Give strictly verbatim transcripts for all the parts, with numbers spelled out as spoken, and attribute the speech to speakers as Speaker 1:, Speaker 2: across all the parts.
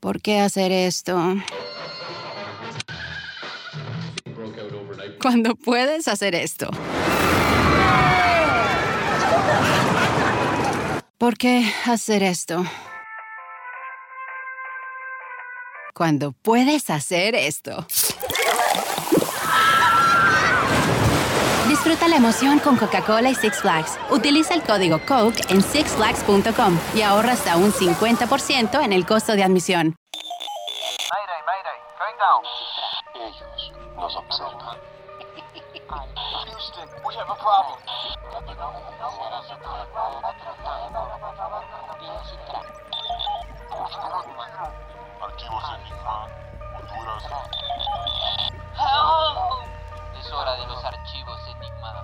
Speaker 1: ¿Por qué hacer esto? Cuando puedes hacer esto. ¿Por qué hacer esto? Cuando puedes hacer esto. Disfruta la emoción con Coca-Cola y Six Flags. Utiliza el código Coke en six flags punto com y ahorra hasta un cincuenta por ciento en el costo de admisión.
Speaker 2: Mayday, mayday, going down. Ellos nos observan. Houston, we have a problem. Archivos Enigma, Honduras. Help! Es hora de los archivos Enigma.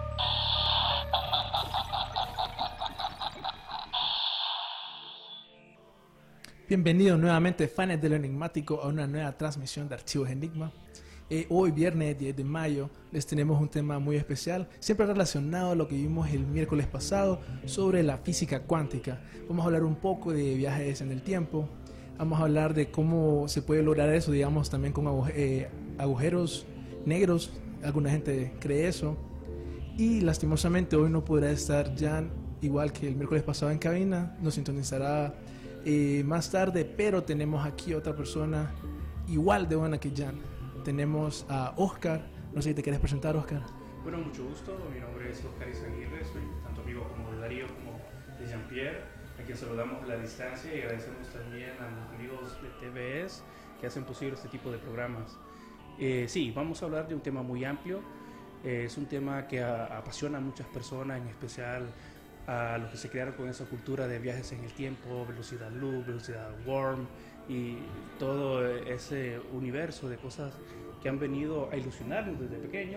Speaker 3: Bienvenidos nuevamente, fans de lo enigmático, a una nueva transmisión de Archivos Enigma. Eh, hoy, viernes diez de mayo, les tenemos un tema muy especial, siempre relacionado a lo que vimos el miércoles pasado sobre la física cuántica. Vamos a hablar un poco de viajes en el tiempo, vamos a hablar de cómo se puede lograr eso, digamos, también con agu eh, agujeros negros. Alguna gente cree eso. Y lastimosamente hoy no podrá estar Jan, igual que el miércoles pasado en cabina, nos sintonizará eh, más tarde, pero tenemos aquí otra persona igual de buena que Jan. Tenemos a Oscar. No sé si te quieres presentar, Oscar.
Speaker 4: Bueno, mucho gusto. Mi nombre es Oscar Izaguirre. Soy tanto amigo como de Darío como de Jean-Pierre, a quien saludamos a la distancia, y agradecemos también a los amigos de T V S que hacen posible este tipo de programas. Eh, sí, vamos a hablar de un tema muy amplio. Eh, es un tema que a, apasiona a muchas personas, en especial a los que se crearon con esa cultura de viajes en el tiempo, velocidad luz, velocidad warp y todo ese universo de cosas que han venido a ilusionarnos desde pequeños.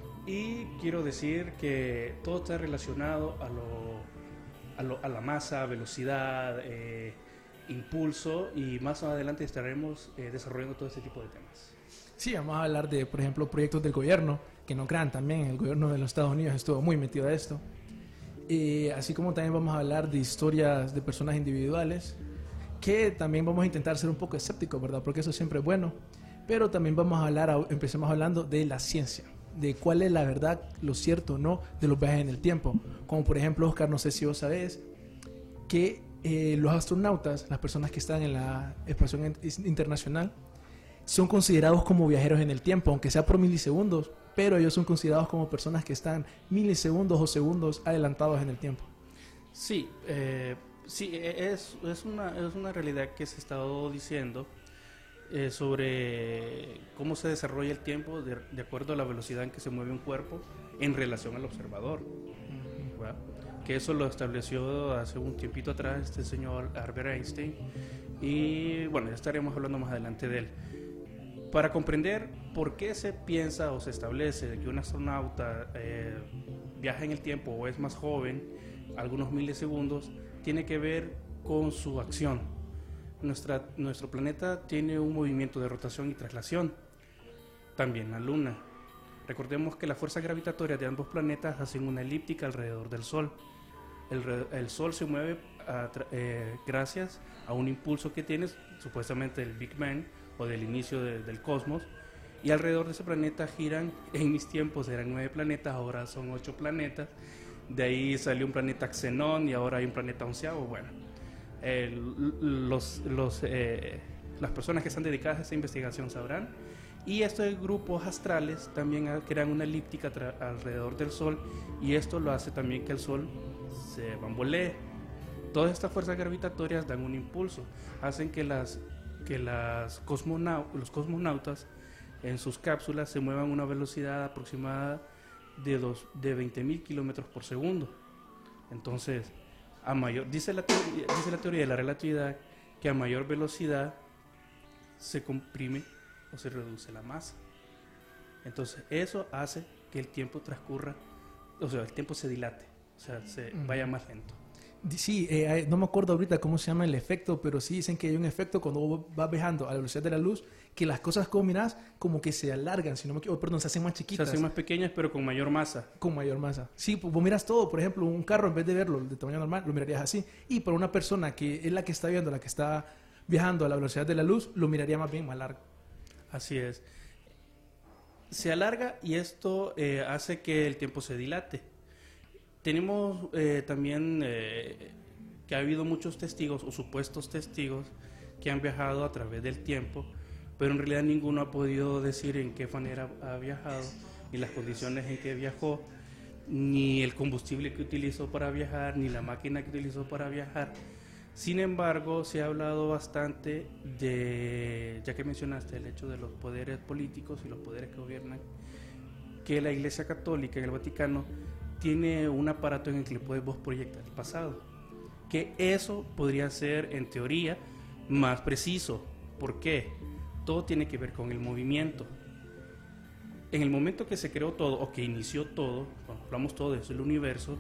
Speaker 4: Y quiero decir que todo está relacionado a, lo, a, lo, a la masa, velocidad, eh, impulso, y más adelante estaremos eh, desarrollando todo ese tipo de temas.
Speaker 3: Sí, vamos a hablar de, por ejemplo, proyectos del gobierno, que no crean también, el gobierno de los Estados Unidos estuvo muy metido a esto. Eh, así como también vamos a hablar de historias de personas individuales, que también vamos a intentar ser un poco escépticos, ¿verdad? Porque eso siempre es bueno. Pero también vamos a hablar, empecemos hablando de la ciencia, de cuál es la verdad, lo cierto o no de los viajes en el tiempo. Como por ejemplo, Oscar, no sé si vos sabés que eh, los astronautas, las personas que están en la exploración internacional, son considerados como viajeros en el tiempo, aunque sea por milisegundos, pero ellos son considerados como personas que están milisegundos o segundos adelantados en el tiempo.
Speaker 4: Sí, eh, sí es, es, una, es una realidad que se ha estado diciendo eh, sobre cómo se desarrolla el tiempo de, de acuerdo a la velocidad en que se mueve un cuerpo en relación al observador. ¿Verdad? Que eso lo estableció hace un tiempito atrás este señor Albert Einstein, y bueno, ya estaremos hablando más adelante de él. Para comprender por qué se piensa o se establece que un astronauta eh, viaja en el tiempo o es más joven, algunos milisegundos, tiene que ver con su acción. Nuestra, nuestro planeta tiene un movimiento de rotación y traslación, también la Luna. Recordemos que las fuerzas gravitatorias de ambos planetas hacen una elíptica alrededor del Sol. El, el Sol se mueve a, eh, gracias a un impulso que tiene supuestamente el Big Bang, o del inicio de, del cosmos, y alrededor de ese planeta giran, en mis tiempos eran nueve planetas, ahora son ocho planetas. De ahí salió un planeta Xenón y ahora hay un planeta onceavo. Bueno, eh, los, los, eh, las personas que están dedicadas a esta investigación sabrán. Y estos grupos astrales también crean una elíptica alrededor del Sol, y esto lo hace también que el Sol se bambolee. Todas estas fuerzas gravitatorias dan un impulso, hacen que las que las cosmonau los cosmonautas en sus cápsulas se muevan a una velocidad aproximada de, dos, de veinte mil kilómetros por segundo. Entonces, a mayor, dice, la teoría, dice la teoría de la relatividad que a mayor velocidad se comprime o se reduce la masa. Entonces, eso hace que el tiempo transcurra, o sea, el tiempo se dilate, o sea, se mm. vaya más lento.
Speaker 3: Sí, eh, no me acuerdo ahorita cómo se llama el efecto, pero sí dicen que hay un efecto cuando vos vas viajando a la velocidad de la luz, que las cosas como mirás como que se alargan, si no me equivoco, perdón, se hacen más chiquitas.
Speaker 4: Se hacen más pequeñas, pero con mayor masa.
Speaker 3: Con mayor masa. Sí, pues vos miras todo, por ejemplo, un carro en vez de verlo de tamaño normal, lo mirarías así. Y para una persona que es la que está viendo, la que está viajando a la velocidad de la luz, lo miraría más bien más largo.
Speaker 4: Así es. Se alarga y esto eh, hace que el tiempo se dilate. Tenemos eh, también eh, que ha habido muchos testigos o supuestos testigos que han viajado a través del tiempo, pero en realidad ninguno ha podido decir en qué manera ha viajado, ni las condiciones en que viajó, ni el combustible que utilizó para viajar, ni la máquina que utilizó para viajar. Sin embargo, se ha hablado bastante de, ya que mencionaste el hecho de los poderes políticos y los poderes que gobiernan, que la Iglesia Católica en el Vaticano tiene un aparato en el que le puedes vos proyectar el pasado. Que eso podría ser, en teoría, más preciso. ¿Por qué? Todo tiene que ver con el movimiento. En el momento que se creó todo, o que inició todo, cuando hablamos todo de eso, el universo,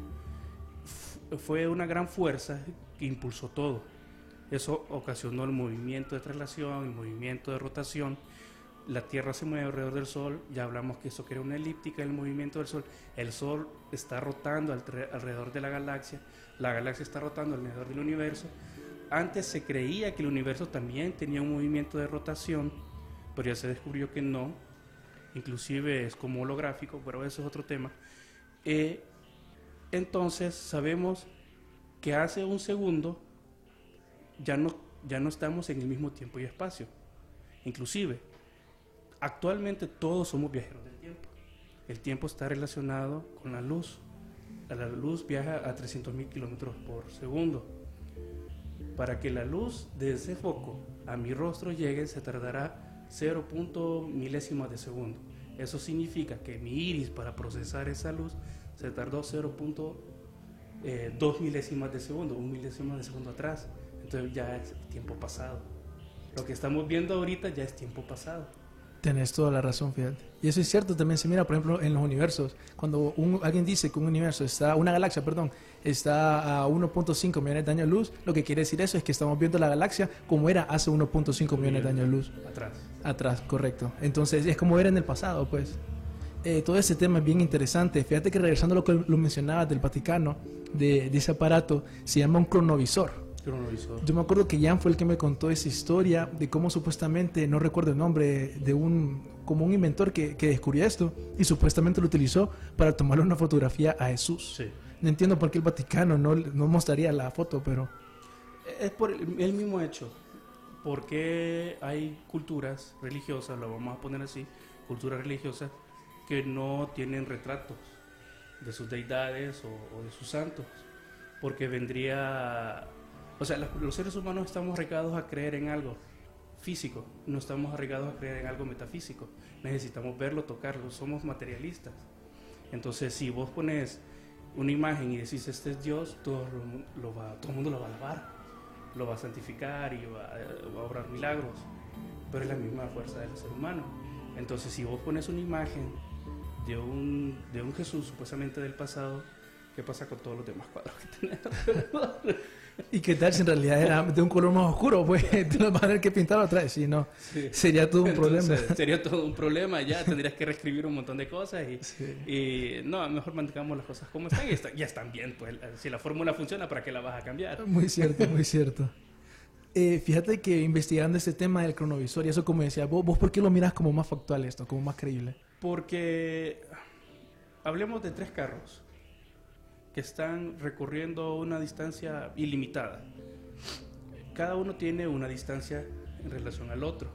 Speaker 4: fue una gran fuerza que impulsó todo. Eso ocasionó el movimiento de traslación, el movimiento de rotación. La Tierra se mueve alrededor del Sol, ya hablamos que eso crea una elíptica en el movimiento del Sol. El Sol está rotando alrededor de la galaxia, la galaxia está rotando alrededor del universo. Antes se creía que el universo también tenía un movimiento de rotación, pero ya se descubrió que no, inclusive es como holográfico, pero eso es otro tema. Eh, entonces sabemos que hace un segundo ya no, ya no estamos en el mismo tiempo y espacio. Inclusive, actualmente todos somos viajeros del tiempo. El tiempo está relacionado con la luz. La luz viaja a trescientos mil kilómetros por segundo. Para que la luz de ese foco a mi rostro llegue se tardará cero punto milésimas de segundo. Eso significa que mi iris para procesar esa luz se tardó cero punto dos milésimas de segundo, un milésimo de segundo atrás. Entonces ya es tiempo pasado. Lo que estamos viendo ahorita ya es tiempo pasado.
Speaker 3: Tenés toda la razón, fíjate. Y eso es cierto, también se mira, por ejemplo, en los universos. Cuando un, alguien dice que un universo está, una galaxia, perdón, está a uno punto cinco millones de años luz, lo que quiere decir eso es que estamos viendo la galaxia como era hace uno punto cinco millones de años luz.
Speaker 4: Atrás.
Speaker 3: Atrás, correcto. Entonces es como era en el pasado, pues. Eh, todo ese tema es bien interesante. Fíjate que regresando a lo que lo mencionabas del Vaticano, de, de ese aparato, se llama un cronovisor.
Speaker 4: Cronovisor.
Speaker 3: Yo me acuerdo que Jan fue el que me contó esa historia de cómo supuestamente, no recuerdo el nombre, de un como un inventor que, que descubrió esto y supuestamente lo utilizó para tomarle una fotografía a Jesús.
Speaker 4: Sí.
Speaker 3: No entiendo por qué el Vaticano no, no mostraría la foto, pero...
Speaker 4: Es por el, el mismo hecho. Porque hay culturas religiosas, lo vamos a poner así, culturas religiosas que no tienen retratos de sus deidades o, o de sus santos. Porque vendría... O sea, los seres humanos estamos arraigados a creer en algo físico, no estamos arraigados a creer en algo metafísico. Necesitamos verlo, tocarlo, somos materialistas. Entonces, si vos pones una imagen y decís, este es Dios, todo, lo, lo va, todo el mundo lo va a alabar, lo va a santificar y va, va a obrar milagros, pero es la misma fuerza del ser humano. Entonces, si vos pones una imagen de un, de un Jesús supuestamente del pasado, ¿qué pasa con todos los demás cuadros que tenés alrededor?
Speaker 3: ¿Y qué tal si en realidad era de un color más oscuro? Pues tú lo vas a tener que pintar otra vez, si no, sí. Sería todo un
Speaker 4: Entonces,
Speaker 3: problema.
Speaker 4: Sería todo un problema, ya tendrías que reescribir un montón de cosas y,
Speaker 3: sí.
Speaker 4: y no, mejor mantengamos las cosas como están y está, ya están bien, pues si la fórmula funciona, ¿para qué la vas a cambiar?
Speaker 3: Muy cierto, muy cierto. Eh, fíjate que investigando este tema del cronovisor y eso, como decía, ¿vos, vos por qué lo miras como más factual esto, como más creíble?
Speaker 4: Porque hablemos de tres carros que están recorriendo una distancia ilimitada. Cada uno tiene una distancia en relación al otro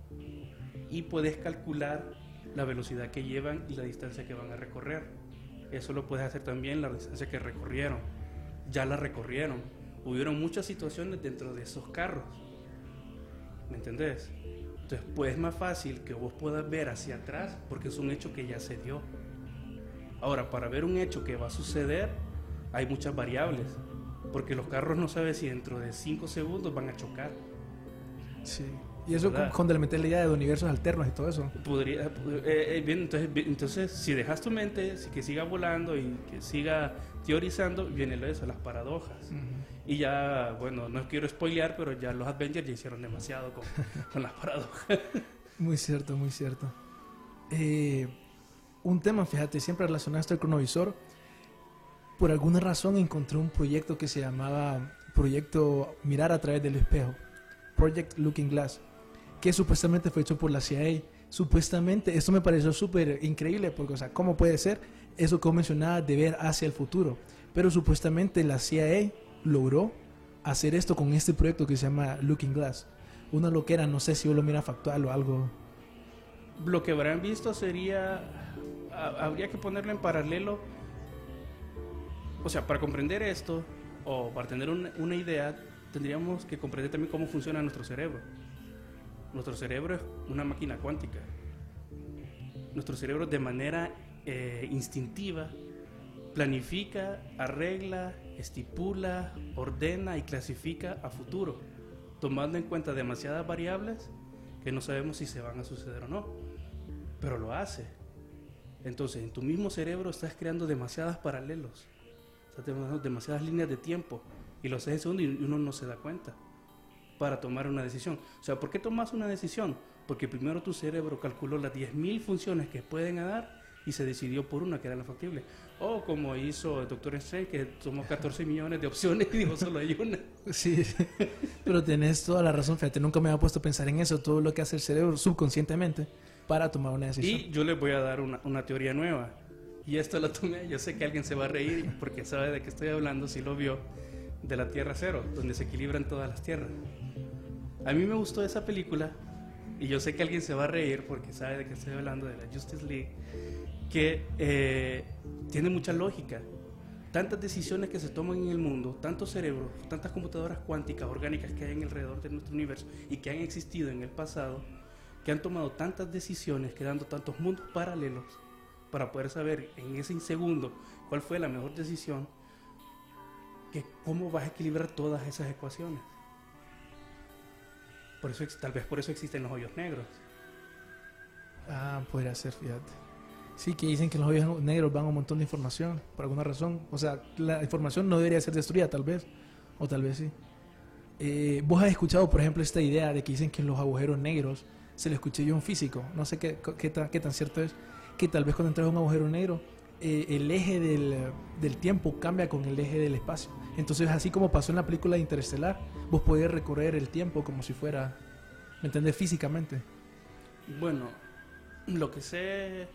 Speaker 4: y puedes calcular la velocidad que llevan y la distancia que van a recorrer. Eso lo puedes hacer también la distancia que recorrieron. Ya la recorrieron. Hubieron muchas situaciones dentro de esos carros. ¿Me entendés? Entonces, pues es más fácil que vos puedas ver hacia atrás porque es un hecho que ya se dio. Ahora, para ver un hecho que va a suceder, hay muchas variables, porque los carros no saben si dentro de cinco segundos van a chocar.
Speaker 3: Sí. Y eso con, con la idea de universos alternos y todo eso.
Speaker 4: Podría, eh, eh, bien, entonces, bien, entonces, si dejas tu mente, si que siga volando y que siga teorizando, viene lo de eso, las paradojas. Uh-huh. Y ya, bueno, no quiero spoilear, pero ya los Avengers ya hicieron demasiado con, con las paradojas.
Speaker 3: Muy cierto, muy cierto. Eh, un tema, fíjate, siempre relacionado a este cronovisor. Por alguna razón encontré un proyecto que se llamaba Proyecto Mirar a través del espejo. Project Looking Glass, que supuestamente fue hecho por la C I A. Supuestamente, esto me pareció súper increíble, porque, o sea, ¿cómo puede ser eso que mencionaba de ver hacia el futuro? Pero supuestamente la C I A logró hacer esto con este proyecto que se llama Looking Glass. Una loquera, no sé si vos lo miras factual o algo.
Speaker 4: Lo que habrán visto sería, a- habría que ponerlo en paralelo, o sea, para comprender esto, o para tener una, una idea, tendríamos que comprender también cómo funciona nuestro cerebro. Nuestro cerebro es una máquina cuántica. Nuestro cerebro de manera eh, instintiva planifica, arregla, estipula, ordena y clasifica a futuro, tomando en cuenta demasiadas variables que no sabemos si se van a suceder o no, pero lo hace. Entonces, en tu mismo cerebro estás creando demasiadas paralelos, estás creando demasiadas líneas de tiempo, y lo haces en segundo y uno no se da cuenta para tomar una decisión. O sea, ¿por qué tomas una decisión? Porque primero tu cerebro calculó las diez mil funciones que pueden dar y se decidió por una que era la factible. O como hizo el doctor Strange, que tomó catorce millones de opciones y dijo solo hay una.
Speaker 3: Sí, pero tenés toda la razón, fíjate, nunca me había puesto a pensar en eso, todo lo que hace el cerebro subconscientemente para tomar una decisión.
Speaker 4: Y yo les voy a dar una, una teoría nueva. Y esto lo tomé, yo sé que alguien se va a reír porque sabe de qué estoy hablando, si lo vio, de la Tierra Cero, donde se equilibran todas las tierras. A mí me gustó esa película, y yo sé que alguien se va a reír porque sabe de qué estoy hablando, de la Justice League, que eh, tiene mucha lógica. Tantas decisiones que se toman en el mundo, tantos cerebros, tantas computadoras cuánticas, orgánicas que hay en alrededor de nuestro universo y que han existido en el pasado, que han tomado tantas decisiones, creando tantos mundos paralelos para poder saber en ese segundo cuál fue la mejor decisión, que cómo vas a equilibrar todas esas ecuaciones. Por eso, tal vez por eso existen los hoyos negros.
Speaker 3: Ah, podría ser, fíjate. Sí, que dicen que los hoyos negros van a un montón de información, por alguna razón. O sea, la información no debería ser destruida, tal vez. O tal vez sí. Eh, Vos has escuchado, por ejemplo, esta idea de que dicen que los agujeros negros, se lo escuché yo a un físico, no sé qué, qué, tan, qué tan cierto es, que tal vez cuando entras a un agujero negro, eh, el eje del, del tiempo cambia con el eje del espacio. Entonces, así como pasó en la película de Interestelar, vos podés recorrer el tiempo como si fuera, ¿me entendés? Físicamente.
Speaker 4: Bueno, lo que sé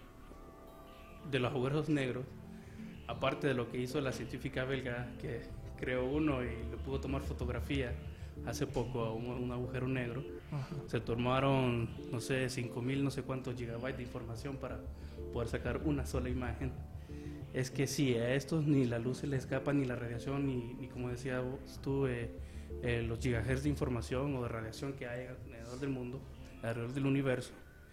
Speaker 4: de los agujeros negros, aparte de lo que hizo la científica belga que creó uno y le pudo tomar fotografía hace poco a un, un agujero negro,
Speaker 3: Ajá.
Speaker 4: se tomaron, no sé, cinco mil no sé cuántos gigabytes de información para poder sacar una sola imagen. Es que sí, a estos ni la luz se les escapa, ni la radiación, ni, ni como decía vos, tú, eh, eh, los gigahertz de información o de radiación que hay alrededor del mundo, alrededor del universo.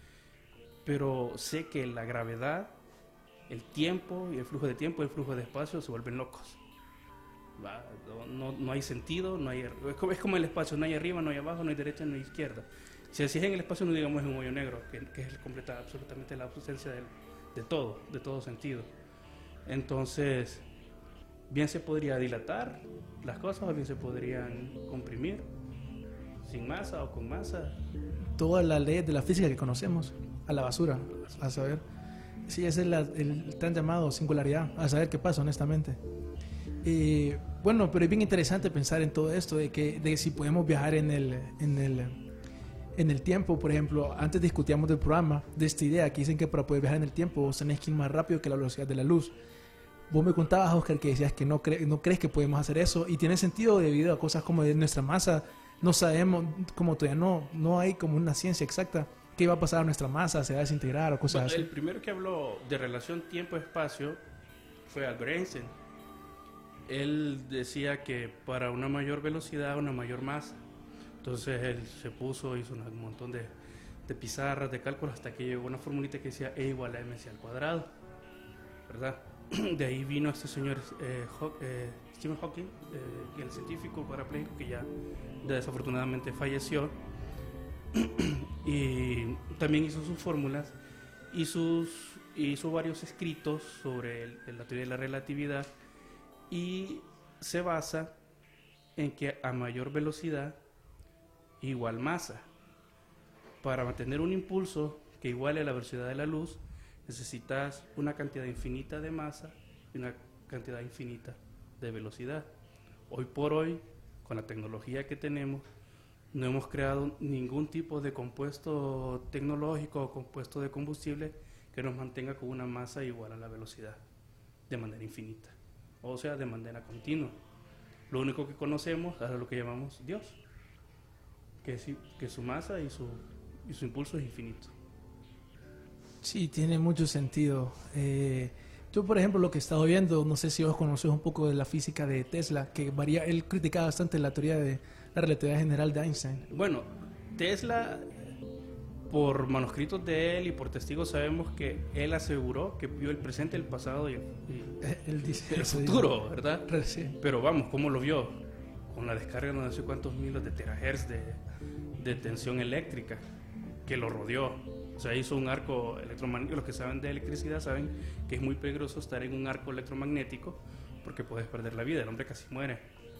Speaker 4: Pero sé que la gravedad, el tiempo y el flujo de tiempo y el flujo de espacio se vuelven locos. Va, no, no hay sentido, no hay, es como, es como el espacio, no hay arriba, no hay abajo, no hay derecha, no hay izquierda. Si así es en el espacio, no digamos en un hoyo negro, que, que es completa, absolutamente la ausencia de, de todo, de todo sentido. Entonces, bien se podría dilatar las cosas o bien se podrían comprimir, sin masa o con masa.
Speaker 3: Todas las leyes de la física que conocemos, a la basura, a saber. Sí, esa es la, el tan llamado singularidad, a saber qué pasa, honestamente. Eh, bueno, pero es bien interesante pensar en todo esto, de que, de que si podemos viajar en el, en el, en el tiempo. Por ejemplo, antes discutíamos del programa, de esta idea que dicen que para poder viajar en el tiempo vos tenés que ir más rápido que la velocidad de la luz. Vos me contabas, Oscar, que decías que no, cre no crees que podemos hacer eso, y tiene sentido debido a cosas como de nuestra masa. No sabemos, como todavía no, no hay como una ciencia exacta qué va a pasar a nuestra masa, se va a desintegrar o cosas
Speaker 4: Bueno,
Speaker 3: así.
Speaker 4: el primero que habló de relación tiempo-espacio fue Albert Einstein. Él decía que para una mayor velocidad, una mayor masa. Entonces él se puso, hizo un montón de, de pizarras, de cálculos, hasta que llegó a una formulita que decía E igual a mc al cuadrado, ¿verdad? De ahí vino este señor eh, Haw eh, Stephen Hawking, eh, el científico parapléjico que ya desafortunadamente falleció, y también hizo sus fórmulas y sus, hizo varios escritos sobre el, la teoría de la relatividad, y se basa en que a mayor velocidad igual masa. Para mantener un impulso que iguale a la velocidad de la luz, necesitas una cantidad infinita de masa y una cantidad infinita de velocidad. Hoy por hoy, con la tecnología que tenemos, no hemos creado ningún tipo de compuesto tecnológico o compuesto de combustible que nos mantenga con una masa igual a la velocidad, de manera infinita, o sea, de manera continua. Lo único que conocemos es lo que llamamos Dios, que, es, que su masa y su, y su impulso es infinito.
Speaker 3: Sí, tiene mucho sentido. Eh, yo, por ejemplo, lo que he estado viendo, no sé si vos conoces un poco de la física de Tesla, que varía, él criticaba bastante la teoría de la relatividad general de Einstein.
Speaker 4: Bueno, Tesla, por manuscritos de él y por testigos sabemos que él aseguró que vio el presente, el pasado y el, y
Speaker 3: él dice
Speaker 4: el
Speaker 3: eso,
Speaker 4: futuro,
Speaker 3: dice,
Speaker 4: ¿verdad?
Speaker 3: Sí.
Speaker 4: Pero vamos, ¿cómo lo vio? Con la descarga de no sé cuántos miles de terahertz de, de tensión eléctrica que lo rodeó. O sea, hizo un arco electromagnético. Los que saben de electricidad saben que es muy peligroso estar en un arco electromagnético porque puedes perder la vida, el hombre casi muere.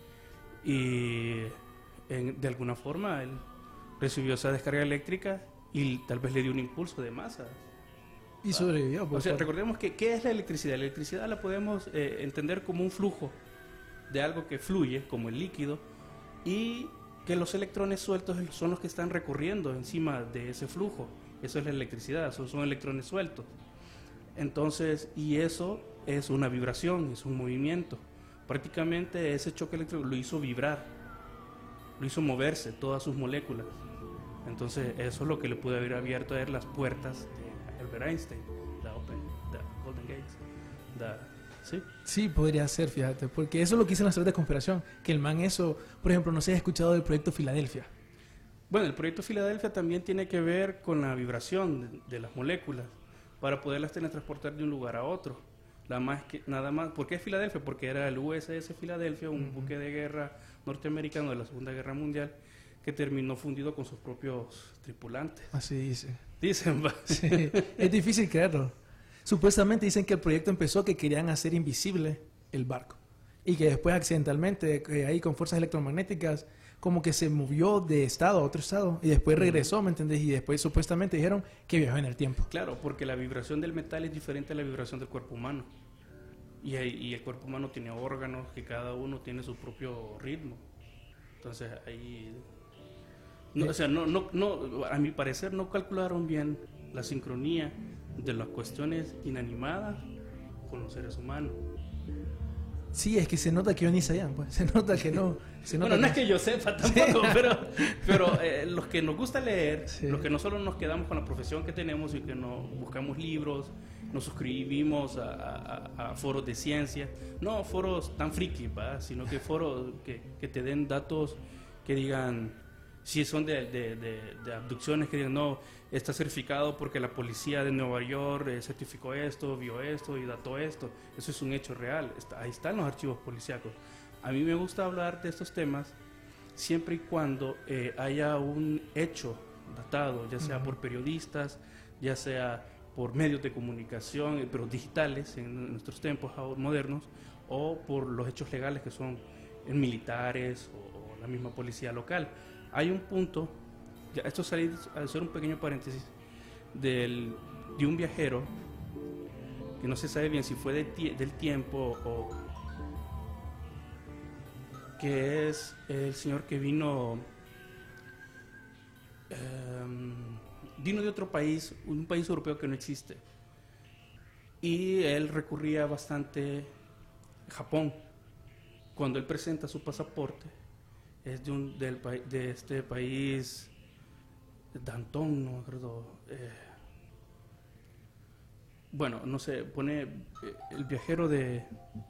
Speaker 4: Y en, de alguna forma él recibió esa descarga eléctrica y tal vez le dio un impulso de masa.
Speaker 3: Y sobrevivió.
Speaker 4: O sea, recordemos que ¿qué es la electricidad? La electricidad la podemos eh, entender como un flujo de algo que fluye, como el líquido, y que los electrones sueltos son los que están recorriendo encima de ese flujo. Eso es la electricidad, son, son electrones sueltos. Entonces, y eso es una vibración, es un movimiento. Prácticamente ese choque eléctrico lo hizo vibrar, lo hizo moverse, todas sus moléculas. Entonces, eso es lo que le pudo haber abierto a él las puertas de Albert Einstein, the Open, the Golden Gates, the, ¿sí?
Speaker 3: Sí, podría ser, fíjate, porque eso es lo que dicen las teorías de conspiración, que el man eso, por ejemplo, no se ha escuchado del proyecto Filadelfia.
Speaker 4: Bueno, el proyecto Filadelfia también tiene que ver con la vibración de, de las moléculas para poderlas teletransportar de un lugar a otro. Nada más que, nada más, ¿por qué Filadelfia? Porque era el U S S Filadelfia, un uh-huh. buque de guerra norteamericano de la Segunda Guerra Mundial que terminó fundido con sus propios tripulantes.
Speaker 3: Así dice.
Speaker 4: Dicen, va.
Speaker 3: Sí, es difícil creerlo. Supuestamente dicen que el proyecto empezó que querían hacer invisible el barco y que después accidentalmente, eh, ahí con fuerzas electromagnéticas, como que se movió de estado a otro estado y después regresó, ¿me entendés? Y después supuestamente dijeron que viajó en el tiempo.
Speaker 4: Claro, porque la vibración del metal es diferente a la vibración del cuerpo humano. Y, y el cuerpo humano tiene órganos que cada uno tiene su propio ritmo. Entonces ahí... No, o sea, no, no, no, a mi parecer no calcularon bien la sincronía de las cuestiones inanimadas con los seres humanos.
Speaker 3: Sí, es que se nota que yo ni sabían, pues. Se nota que no. Se nota
Speaker 4: bueno, no
Speaker 3: que...
Speaker 4: es que yo sepa tampoco, sí. pero, pero eh, los que nos gusta leer,
Speaker 3: sí.
Speaker 4: los que no solo nos quedamos con la profesión que tenemos y que nos buscamos libros, nos suscribimos a, a, a foros de ciencia, no foros tan friki, ¿va? Sino que foros que, que te den datos que digan, si son de, de, de, de abducciones, que digan, no, está certificado porque la policía de Nueva York eh, certificó esto, vio esto y dató esto. Eso es un hecho real. Está, ahí están los archivos policíacos. A mí me gusta hablar de estos temas siempre y cuando eh, haya un hecho datado, ya sea uh-huh. por periodistas, ya sea por medios de comunicación, pero digitales en nuestros tiempos modernos, o por los hechos legales que son militares o, o la misma policía local. Hay un punto, ya esto sale a hacer un pequeño paréntesis, del, de un viajero que no se sabe bien si fue de tie, del tiempo o que es el señor que vino eh, vino de otro país, un país europeo que no existe, y él recurría bastante a Japón. Cuando él presenta su pasaporte es de, un, del, de este país, Dantón, no me acuerdo. Eh, bueno, no sé, pone eh, el viajero de...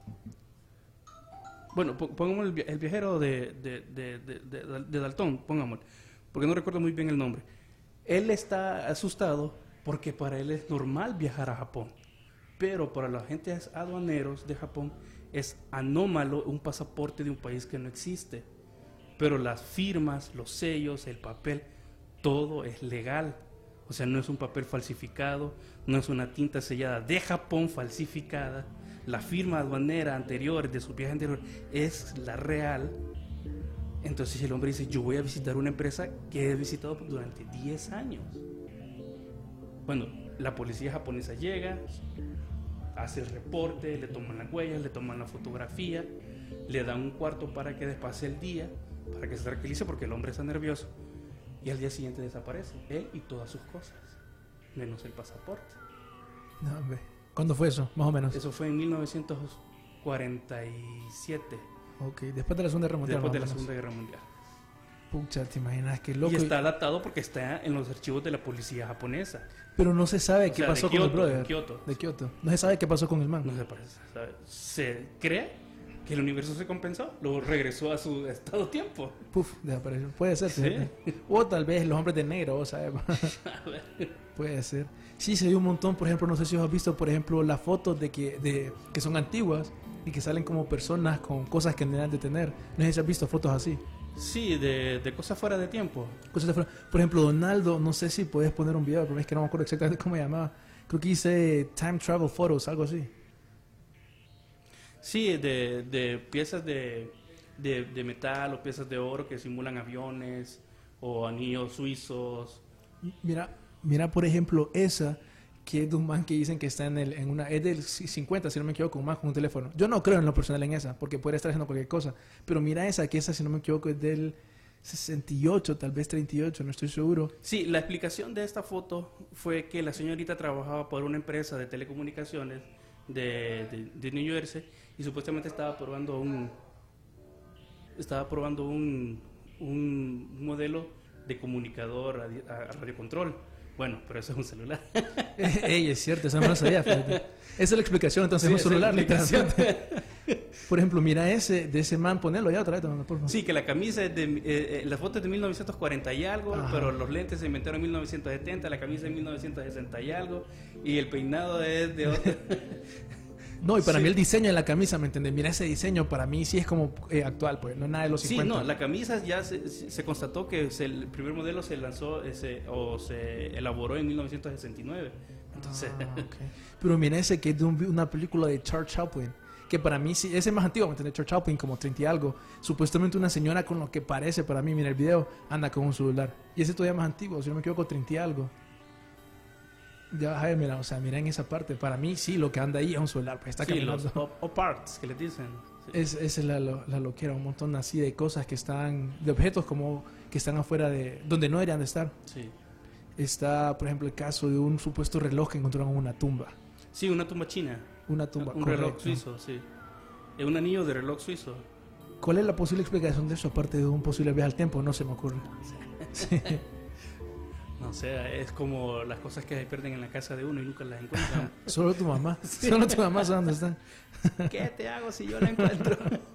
Speaker 4: Bueno, pongamos el, el viajero de, de, de, de, de, de Daltón, pongamos, porque no recuerdo muy bien el nombre. Él está asustado porque para él es normal viajar a Japón, pero para los agentes aduaneros de Japón es anómalo un pasaporte de un país que no existe. Pero las firmas, los sellos, el papel, todo es legal. O sea, no es un papel falsificado, no es una tinta sellada de Japón falsificada. La firma aduanera anterior, de su viaje anterior, es la real. Entonces el hombre dice, yo voy a visitar una empresa que he visitado durante diez años. Bueno, la policía japonesa llega, hace el reporte, le toman las huellas, le toman la fotografía, le dan un cuarto para que despase el día. para que se tranquilice porque el hombre está nervioso. Y al día siguiente desaparece, él y todas sus cosas, menos el pasaporte.
Speaker 3: No, hombre. ¿Cuándo fue eso, más o menos?
Speaker 4: Eso fue en mil novecientos cuarenta y siete.
Speaker 3: Ok, después de la Segunda Guerra Mundial.
Speaker 4: Después de la
Speaker 3: más o menos.
Speaker 4: Segunda Guerra Mundial.
Speaker 3: Pucha, te imaginas qué loco.
Speaker 4: Y está datado porque está en los archivos de la policía japonesa.
Speaker 3: Pero no se sabe
Speaker 4: O
Speaker 3: qué
Speaker 4: sea,
Speaker 3: pasó
Speaker 4: de
Speaker 3: con el
Speaker 4: Kioto,
Speaker 3: brother.
Speaker 4: de Kioto.
Speaker 3: De Kioto. No se sabe qué pasó con el man.
Speaker 4: No se parece, ¿sabe? Se cree que el universo se compensó, luego regresó a su estado-tiempo.
Speaker 3: Puf, desapareció. Puede ser.
Speaker 4: Sí.
Speaker 3: fíjate. O tal vez los hombres de negro, ¿sabes?
Speaker 4: A ver.
Speaker 3: Puede ser. Sí, se dio un montón. Por ejemplo, no sé si os has visto, por ejemplo, las fotos de que, de, que son antiguas y que salen como personas con cosas que no deben de tener. No sé si has visto fotos así.
Speaker 4: Sí, de, de cosas fuera de tiempo.
Speaker 3: Cosas de fuera. Por ejemplo, Donaldo, no sé si puedes poner un video, pero es que no me acuerdo exactamente cómo se llamaba. Creo que dice Time Travel Photos, algo así.
Speaker 4: Sí, de, de piezas de, de, de metal o piezas de oro que simulan aviones o anillos suizos.
Speaker 3: Mira, mira por ejemplo esa que es de un man que dicen que está en, el, en una, es del cincuenta, si no me equivoco, un man con un teléfono. Yo no creo en lo personal en esa, porque puede estar haciendo cualquier cosa. Pero mira esa, que esa, si no me equivoco, es del sesenta y ocho, tal vez treinta y ocho, no estoy seguro.
Speaker 4: Sí, la explicación de esta foto fue que la señorita trabajaba por una empresa de telecomunicaciones de, de, de New Jersey y supuestamente estaba probando un estaba probando un, un modelo de comunicador a, a radiocontrol. Bueno, pero eso es un celular.
Speaker 3: Ey, es cierto, eso no lo sabía. Fíjate. Esa es la explicación, entonces
Speaker 4: Sí,
Speaker 3: es un celular,
Speaker 4: esa es la
Speaker 3: literalmente. Por ejemplo, mira ese, de ese man, ponelo ya otra vez, por favor.
Speaker 4: Sí, que la camisa es de, eh, eh, la foto es de mil novecientos cuarenta y algo,
Speaker 3: Ajá.
Speaker 4: pero los lentes se inventaron en mil novecientos setenta, la camisa es de mil novecientos sesenta y algo, y el peinado es de otro.
Speaker 3: No, y para
Speaker 4: Sí.
Speaker 3: mí el diseño de la camisa, ¿me entiendes? Mira ese diseño, para mí sí es como eh, actual, pues, no es nada de los
Speaker 4: Sí,
Speaker 3: cincuenta.
Speaker 4: no, la camisa ya se, se constató que se- el primer modelo se lanzó eh, se- o se elaboró en mil novecientos sesenta y nueve. Entonces,
Speaker 3: Ah, ok. Pero mira ese que es de un- una película de Charles Chaplin, que para mí sí, ese es más antiguo, ¿me entiendes? Charles Chaplin, como treinta y algo. Supuestamente una señora con lo que parece, para mí, mira el video, anda con un celular. Y ese todavía más antiguo, si no me equivoco, treinta y algo. Ya vas a ver, mira, o sea, mira en esa parte. Para mí, sí, lo que anda ahí es un celular, pues está
Speaker 4: sí,
Speaker 3: caminando.
Speaker 4: los op- op-arts que les dicen. Sí.
Speaker 3: Es, esa es la, lo- la loquera, un montón así de cosas que están, de objetos como que están afuera de, donde no deberían de estar.
Speaker 4: Sí.
Speaker 3: Está, por ejemplo, el caso de un supuesto reloj que encontraron en una tumba.
Speaker 4: Sí, una tumba china.
Speaker 3: Una tumba,
Speaker 4: Un reloj
Speaker 3: correcto.
Speaker 4: suizo, sí. Es un anillo de reloj suizo.
Speaker 3: ¿Cuál es la posible explicación de eso, aparte de un posible viaje al tiempo? No se me ocurre. Sí.
Speaker 4: No sé, es como las cosas que se pierden en la casa de uno y nunca las encuentran.
Speaker 3: Solo tu mamá. Solo tu mamá sabe dónde están.
Speaker 4: ¿Qué te hago si yo la encuentro?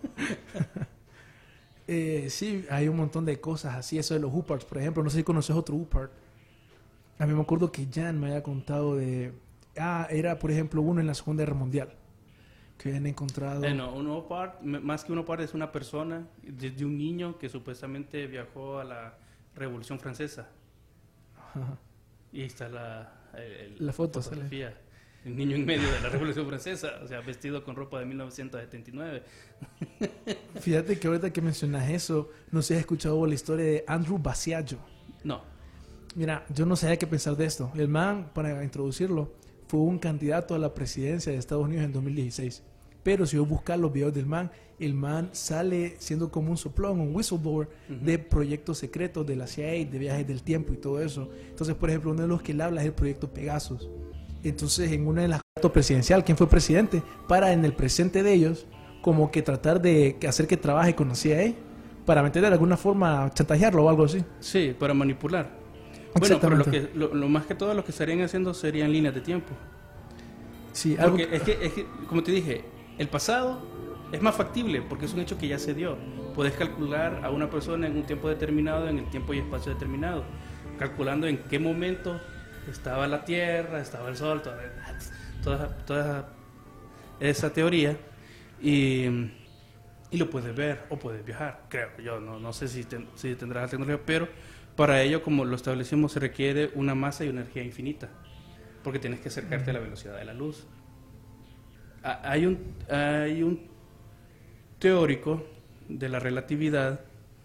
Speaker 3: Eh, sí, hay un montón de cosas así. Eso de los Hooparts, por ejemplo. No sé si conoces otro Hoopart. A mí me acuerdo que Jan me había contado de... Ah, era, por ejemplo, uno en la Segunda Guerra Mundial. Que habían encontrado...
Speaker 4: Eh, no, un opart, m- más que un opart es una persona, desde un niño que supuestamente viajó a la Revolución Francesa.
Speaker 3: Ajá.
Speaker 4: Y ahí está la, el-
Speaker 3: La foto,
Speaker 4: fotografía. El niño en medio de la Revolución Francesa, o sea, vestido con ropa de mil novecientos setenta y nueve.
Speaker 3: Fíjate que ahorita que mencionas eso, no sé si has escuchado la historia de Andrew Basiaggio.
Speaker 4: No,
Speaker 3: Mira, yo no sabía qué pensar de esto. El man, para introducirlo, fue un candidato a la presidencia de Estados Unidos en dos mil dieciséis. Pero si yo buscar los videos del man, el man sale siendo como un soplón, un whistleblower
Speaker 4: Ujú.
Speaker 3: de proyectos secretos de la C I A, de viajes del tiempo y todo eso. Entonces, por ejemplo, uno de los que él habla es el proyecto Pegasus. Entonces, en una de las cartas presidencial, ¿quién fue presidente? Para en el presente de ellos, como que tratar de hacer que trabaje con la C I A, para meter de alguna forma, chantajearlo o algo así.
Speaker 4: sí, para manipular. Bueno, pero lo,
Speaker 3: Exactamente.
Speaker 4: que, lo, lo más que todo lo que estarían haciendo serían líneas de tiempo.
Speaker 3: Sí, algo
Speaker 4: Porque es que, es que, como te dije, el pasado es más factible porque es un hecho que ya se dio. Puedes calcular a una persona en un tiempo determinado, en el tiempo y espacio determinado, calculando en qué momento estaba la Tierra, estaba el Sol, toda, toda, toda esa teoría, y, y lo puedes ver o puedes viajar, creo. Yo no, no sé si, ten- si tendrás la tecnología, pero para ello, como lo establecimos, se requiere una masa y una energía infinita, porque tienes que acercarte a la velocidad de la luz. Ah, Hay un, hay un teórico de la relatividad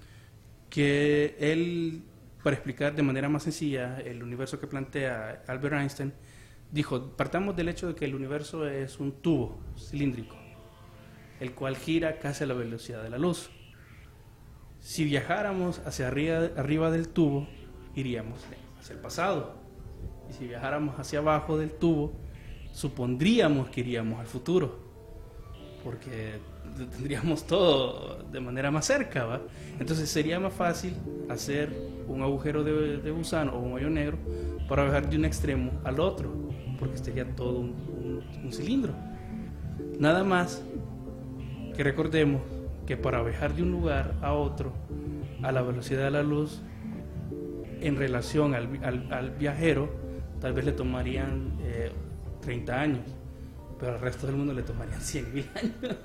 Speaker 4: que él, para explicar de manera más sencilla el universo que plantea Albert Einstein, dijo, partamos del hecho de que el universo es un tubo cilíndrico, el cual gira casi a la velocidad de la luz. si viajáramos hacia arriba, arriba del tubo, iríamos hacia el pasado. Y si viajáramos hacia abajo del tubo, supondríamos que iríamos al futuro, porque tendríamos todo de manera más cerca, ¿va? Entonces sería más fácil hacer un agujero de, de gusano o un hoyo negro para viajar de un extremo al otro, porque sería todo un, un, un cilindro. Nada más que recordemos que para viajar de un lugar a otro a la velocidad de la luz, en relación al, al, al viajero, tal vez le tomarían eh, treinta años, pero al resto del mundo le tomarían cien mil años.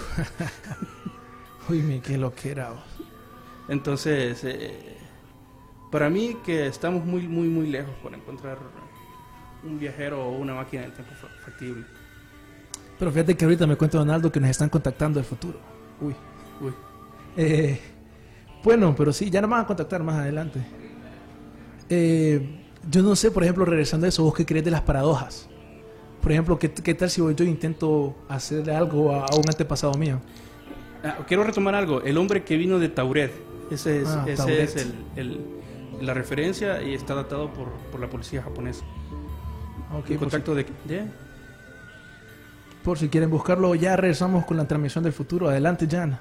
Speaker 3: Uy, mi, qué loquera.
Speaker 4: Entonces, eh, para mí que estamos muy, muy, muy lejos por encontrar un viajero o una máquina del tiempo factible.
Speaker 3: Pero fíjate que ahorita me cuenta Donaldo que nos están contactando del futuro. Uy,
Speaker 4: uy.
Speaker 3: Eh, bueno, pero sí, ya nos van a contactar más adelante. Eh, yo no sé, por ejemplo, regresando a eso, ¿vos qué crees de las paradojas? Por ejemplo, ¿qué, qué tal si yo intento hacerle algo a, a un antepasado mío?
Speaker 4: Ah, quiero retomar algo. El hombre que vino de Tauret. Ese es,
Speaker 3: ah,
Speaker 4: ese
Speaker 3: Tauret.
Speaker 4: es el, el, la referencia y está datado por, por la policía japonesa.
Speaker 3: Okay,
Speaker 4: ¿En contacto
Speaker 3: por
Speaker 4: si, de, de?
Speaker 3: Por si quieren buscarlo, ya regresamos con la transmisión del futuro. Adelante, Jan.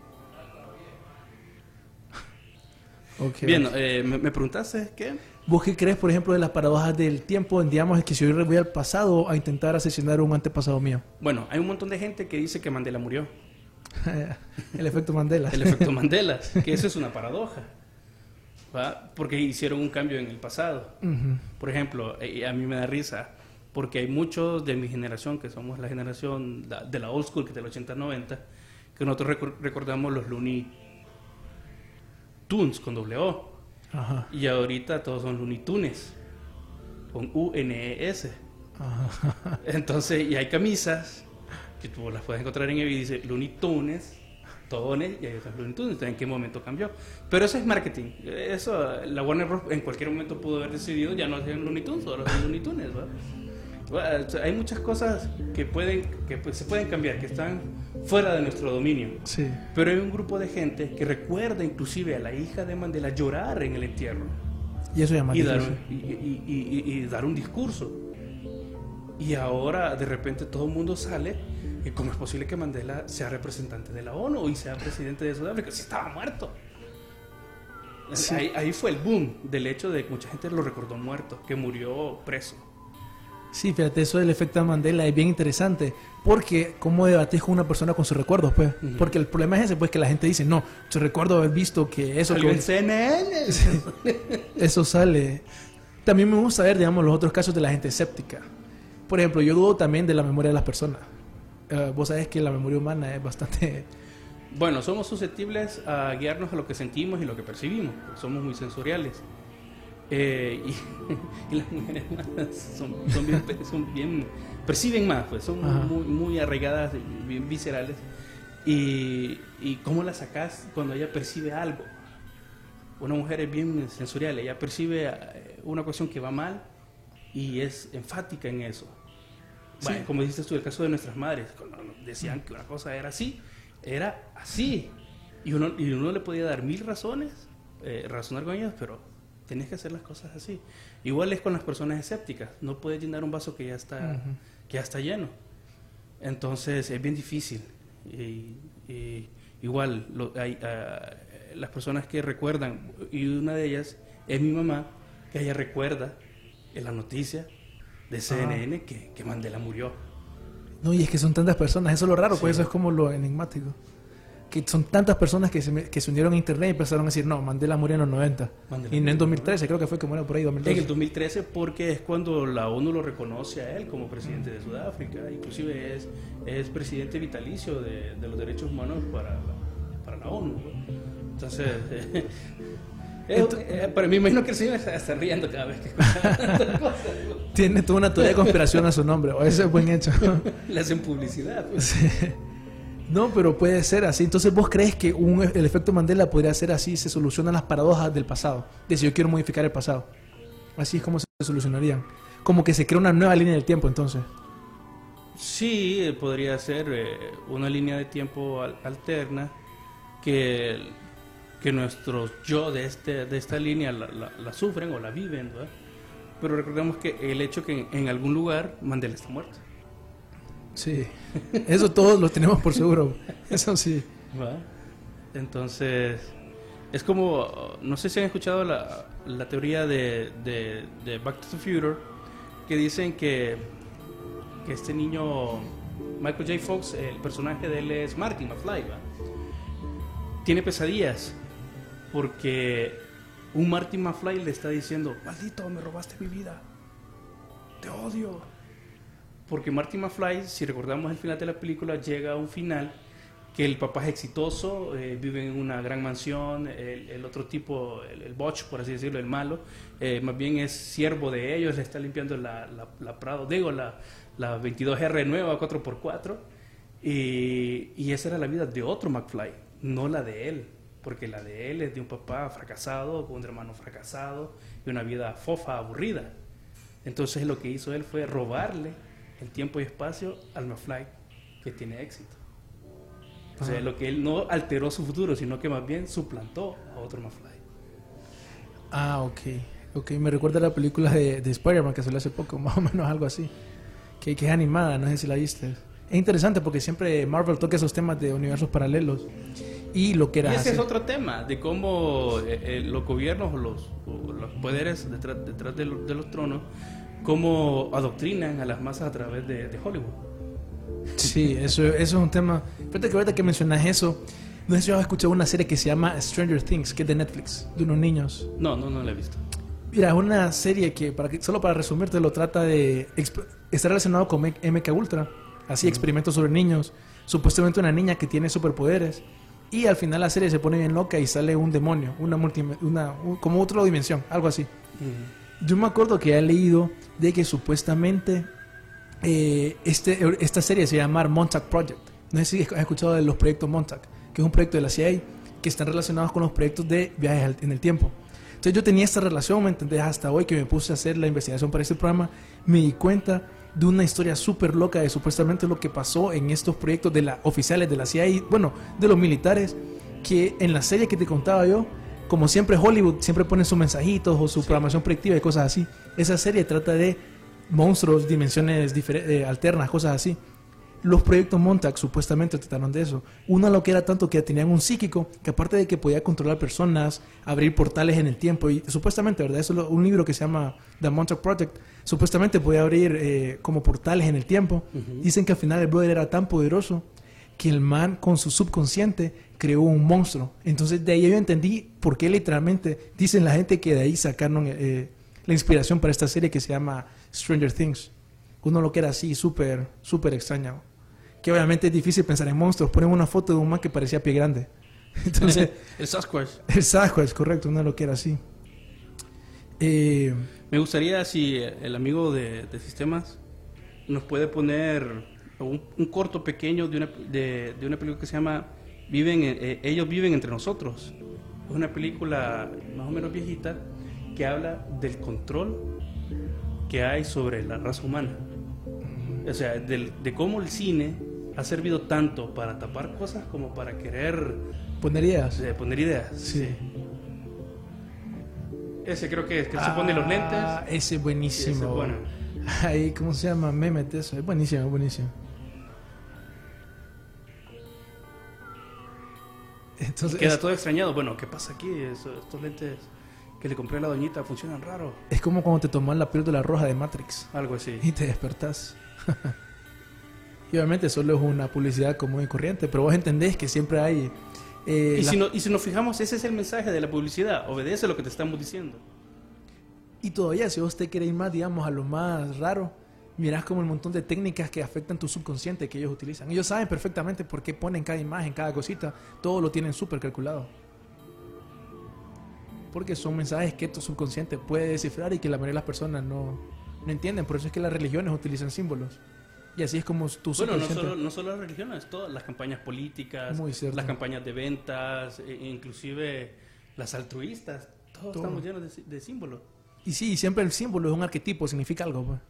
Speaker 3: Okay,
Speaker 4: Bien,
Speaker 3: okay.
Speaker 4: Eh, me, me preguntaste qué.
Speaker 3: ¿Vos qué crees, por ejemplo, de las paradojas del tiempo? Digamos, es que si yo voy al pasado a intentar asesinar a un antepasado mío.
Speaker 4: Bueno, hay un montón de gente que dice que Mandela murió.
Speaker 3: El efecto Mandela.
Speaker 4: El efecto Mandela, que eso es una paradoja, ¿va? Porque hicieron un cambio en el pasado.
Speaker 3: Uh-huh.
Speaker 4: Por ejemplo, eh, a mí me da risa, porque hay muchos de mi generación, que somos la generación de la old school, que es del ochenta noventa, que nosotros rec- recordamos los Looney Tunes con doble O.
Speaker 3: Ajá.
Speaker 4: Y ahorita todos son Looney Tunes, con U N E S.
Speaker 3: Ajá.
Speaker 4: Entonces, y hay camisas que tú las puedes encontrar en Evi, dice Looney Tunes, Tones, y hay otras Looney Tunes. Entonces, ¿en qué momento cambió? Pero eso es marketing. Eso, la Warner Bros. En cualquier momento pudo haber decidido ya no hacer Looney Tunes, ahora son Looney Tunes, ¿va? Bueno, hay muchas cosas que pueden que pues, se pueden cambiar, que están fuera de nuestro dominio.
Speaker 3: Sí.
Speaker 4: Pero hay un grupo de gente que recuerda inclusive a la hija de Mandela llorar en el entierro
Speaker 3: Y eso llama
Speaker 4: y dar, un, y, y, y, y, y dar un discurso. Y ahora de repente todo el mundo sale y cómo es posible que Mandela sea representante de la ONU y sea presidente de Sudáfrica si estaba muerto. Sí. Ahí, ahí fue el boom del hecho de que mucha gente lo recordó muerto, que murió preso.
Speaker 3: Sí, fíjate, eso del efecto Mandela es bien interesante, porque cómo debatís con una persona con sus recuerdos, pues, uh-huh. Porque el problema es ese, pues, que la gente dice, no, yo recuerdo haber visto que eso...
Speaker 4: Salió
Speaker 3: que...
Speaker 4: en C N N.
Speaker 3: Eso sale. También me gusta ver, digamos, los otros casos de la gente escéptica. Por ejemplo, yo dudo también de la memoria de las personas. Uh, vos sabés que la memoria humana es bastante...
Speaker 4: Bueno, somos susceptibles a guiarnos a lo que sentimos y lo que percibimos, somos muy sensoriales. Eh, y, y las mujeres son, son, bien, son bien, perciben más, pues son muy, muy arraigadas, bien viscerales. Y, y cómo la sacás cuando ella percibe algo. Una mujer es bien sensorial, ella percibe una cuestión que va mal y es enfática en eso. Sí. Bueno, como dijiste tú, el caso de nuestras madres, cuando decían que una cosa era así, era así. Y uno, y uno le podía dar mil razones, eh, razonar con ellas, pero tienes que hacer las cosas así. Igual es con las personas escépticas. No puedes llenar un vaso que ya está, uh-huh. que ya está lleno. Entonces es bien difícil. Y, y igual lo, hay, uh, las personas que recuerdan, y una de ellas es mi mamá, que ella recuerda en la noticia de C N N uh-huh. que, que Mandela murió.
Speaker 3: No, y es que son tantas personas. Eso es lo raro, sí. Pues eso es como lo enigmático. Que son tantas personas que se, que se unieron a internet y empezaron a decir, no, Mandela murió en los noventa. Mandela y en el dos mil trece, creo que fue que murió por ahí, dos mil doce.
Speaker 4: En el dos mil trece, porque es cuando la ONU lo reconoce a él como presidente de Sudáfrica. Inclusive es, es presidente vitalicio de, de los derechos humanos para la, para la ONU. Entonces, eh, Entonces eh, para mí, me imagino que el señor está, está riendo cada vez que escucha cosas.
Speaker 3: Tiene toda una teoría de conspiración a su nombre, o eso es buen hecho.
Speaker 4: Le hacen publicidad. Pues.
Speaker 3: Sí. No, pero puede ser así. Entonces, ¿vos crees que un, el efecto Mandela podría ser así? Se solucionan las paradojas del pasado. De si yo quiero modificar el pasado. Así es como se solucionarían. Como que se crea una nueva línea del tiempo, entonces.
Speaker 4: Sí, podría ser eh, una línea de tiempo al, alterna que, que nuestros yo de, este, de esta línea la, la, la sufren o la viven, ¿verdad? Pero recordemos que el hecho que en, en algún lugar Mandela está muerto.
Speaker 3: Sí, eso todos lo tenemos por seguro, eso sí.
Speaker 4: ¿Va? Entonces, es como, no sé si han escuchado la, la teoría de, de, de Back to the Future, que dicen que, que este niño, Michael J. Fox, el personaje de él es Marty McFly, ¿va? Tiene pesadillas porque un Marty McFly le está diciendo: maldito, me robaste mi vida, te odio. Porque Marty McFly, si recordamos el final de la película, llega a un final que el papá es exitoso, eh, vive en una gran mansión, el, el otro tipo, el, el Butch, por así decirlo, el malo, eh, más bien es siervo de ellos, le está limpiando la, la, la Prado, digo, la, la veintidós R nueva cuatro por cuatro, y, y esa era la vida de otro McFly, no la de él, porque la de él es de un papá fracasado, con un hermano fracasado, y una vida fofa, aburrida. Entonces lo que hizo él fue robarle el tiempo y espacio al McFly que tiene éxito. O sea, lo que él no alteró su futuro, sino que más bien suplantó a otro McFly.
Speaker 3: Ah, ok. Ok, me recuerda a la película de, de Spider-Man que salió hace poco, más o menos algo así. Que, que es animada, no sé si la viste. Es interesante porque siempre Marvel toca esos temas de universos paralelos. Y lo que era...
Speaker 4: Y ese
Speaker 3: hacer...
Speaker 4: es otro tema, de cómo eh, eh, los gobiernos o los, o los poderes detrás, detrás de, lo, de los tronos, cómo adoctrinan a las masas a través de, de Hollywood.
Speaker 3: Sí, eso, eso es un tema. Fíjate que ahorita que mencionas eso, no sé si has escuchado una serie que se llama Stranger Things, que es de Netflix, de unos niños.
Speaker 4: No, no, no la he visto.
Speaker 3: Mira, es una serie que, para que solo para resumirte, lo trata de... Está relacionado con M K Ultra, así, uh-huh. experimentos sobre niños. Supuestamente una niña que tiene superpoderes. Y al final la serie se pone bien loca y sale un demonio, una multi, una, un, como otra dimensión, algo así. Uh-huh. Yo me acuerdo que he leído de que supuestamente... Eh, este, esta serie se llama Montauk Project. No sé si has escuchado de los proyectos Montauk, que es un proyecto de la C I A que están relacionados con los proyectos de viajes en el tiempo. Entonces yo tenía esta relación, ¿me entendés? Hasta hoy que me puse a hacer la investigación para este programa, me di cuenta de una historia súper loca de supuestamente lo que pasó en estos proyectos de la, oficiales de la C I A, bueno, de los militares, que en la serie que te contaba yo, como siempre Hollywood siempre pone sus mensajitos o su sí. programación predictiva y cosas así. Esa serie trata de monstruos, dimensiones eh, alternas, cosas así. Los proyectos Montauk supuestamente trataron de eso. Uno lo que era tanto que tenían un psíquico que aparte de que podía controlar personas, abrir portales en el tiempo y supuestamente, ¿verdad? Eso es un libro que se llama The Montauk Project. Supuestamente podía abrir eh, como portales en el tiempo. Uh-huh. Dicen que al final el brother era tan poderoso que el man con su subconsciente creó un monstruo. Entonces de ahí yo entendí por qué literalmente dicen la gente que de ahí sacaron eh, la inspiración para esta serie que se llama Stranger Things. Uno lo que era así, súper, súper extraño. Que obviamente es difícil pensar en monstruos. Ponen una foto de un man que parecía pie grande. Entonces,
Speaker 4: el Sasquatch.
Speaker 3: El Sasquatch, correcto, uno lo que era así. Eh,
Speaker 4: Me gustaría si el amigo de, de sistemas nos puede poner un, un corto pequeño de una, de, de una película que se llama Viven, eh, Ellos viven entre nosotros. Es una película más o menos viejita que habla del control que hay sobre la raza humana. O sea, de, de cómo el cine ha servido tanto para tapar cosas como para querer
Speaker 3: poner ideas.
Speaker 4: Eh, poner ideas.
Speaker 3: Sí.
Speaker 4: Sí. Ese creo que es que
Speaker 3: ah,
Speaker 4: se pone los lentes.
Speaker 3: Ese es buenísimo.
Speaker 4: Ese es bueno.
Speaker 3: Ay, ¿cómo se llama? Meme de eso. Es buenísimo, es buenísimo. Entonces,
Speaker 4: queda
Speaker 3: es,
Speaker 4: todo extrañado. Bueno, ¿qué pasa aquí? Eso, estos lentes que le compré a la doñita funcionan raro.
Speaker 3: Es como cuando te tomas la píldora roja de Matrix.
Speaker 4: Algo así.
Speaker 3: Y te despertás. Y obviamente solo es una publicidad común y corriente, pero vos entendés que siempre hay... Eh,
Speaker 4: y,
Speaker 3: la...
Speaker 4: si no, y si nos fijamos, ese es el mensaje de la publicidad. Obedece lo que te estamos diciendo.
Speaker 3: Y todavía, si vos te querés ir más, digamos, a lo más raro, mirás como el montón de técnicas que afectan tu subconsciente que ellos utilizan. Ellos saben perfectamente por qué ponen cada imagen, cada cosita. Todo lo tienen súper calculado. Porque son mensajes que tu subconsciente puede descifrar y que la mayoría de las personas no, no entienden. Por eso es que las religiones utilizan símbolos. Y así es como tu
Speaker 4: bueno, no
Speaker 3: subconsciente...
Speaker 4: solo, no solo las religiones, todas las campañas políticas, las campañas de ventas, e inclusive las altruistas. Todos Todo. Estamos llenos de, de símbolos.
Speaker 3: Y sí, siempre el símbolo es un arquetipo, significa algo. Pues.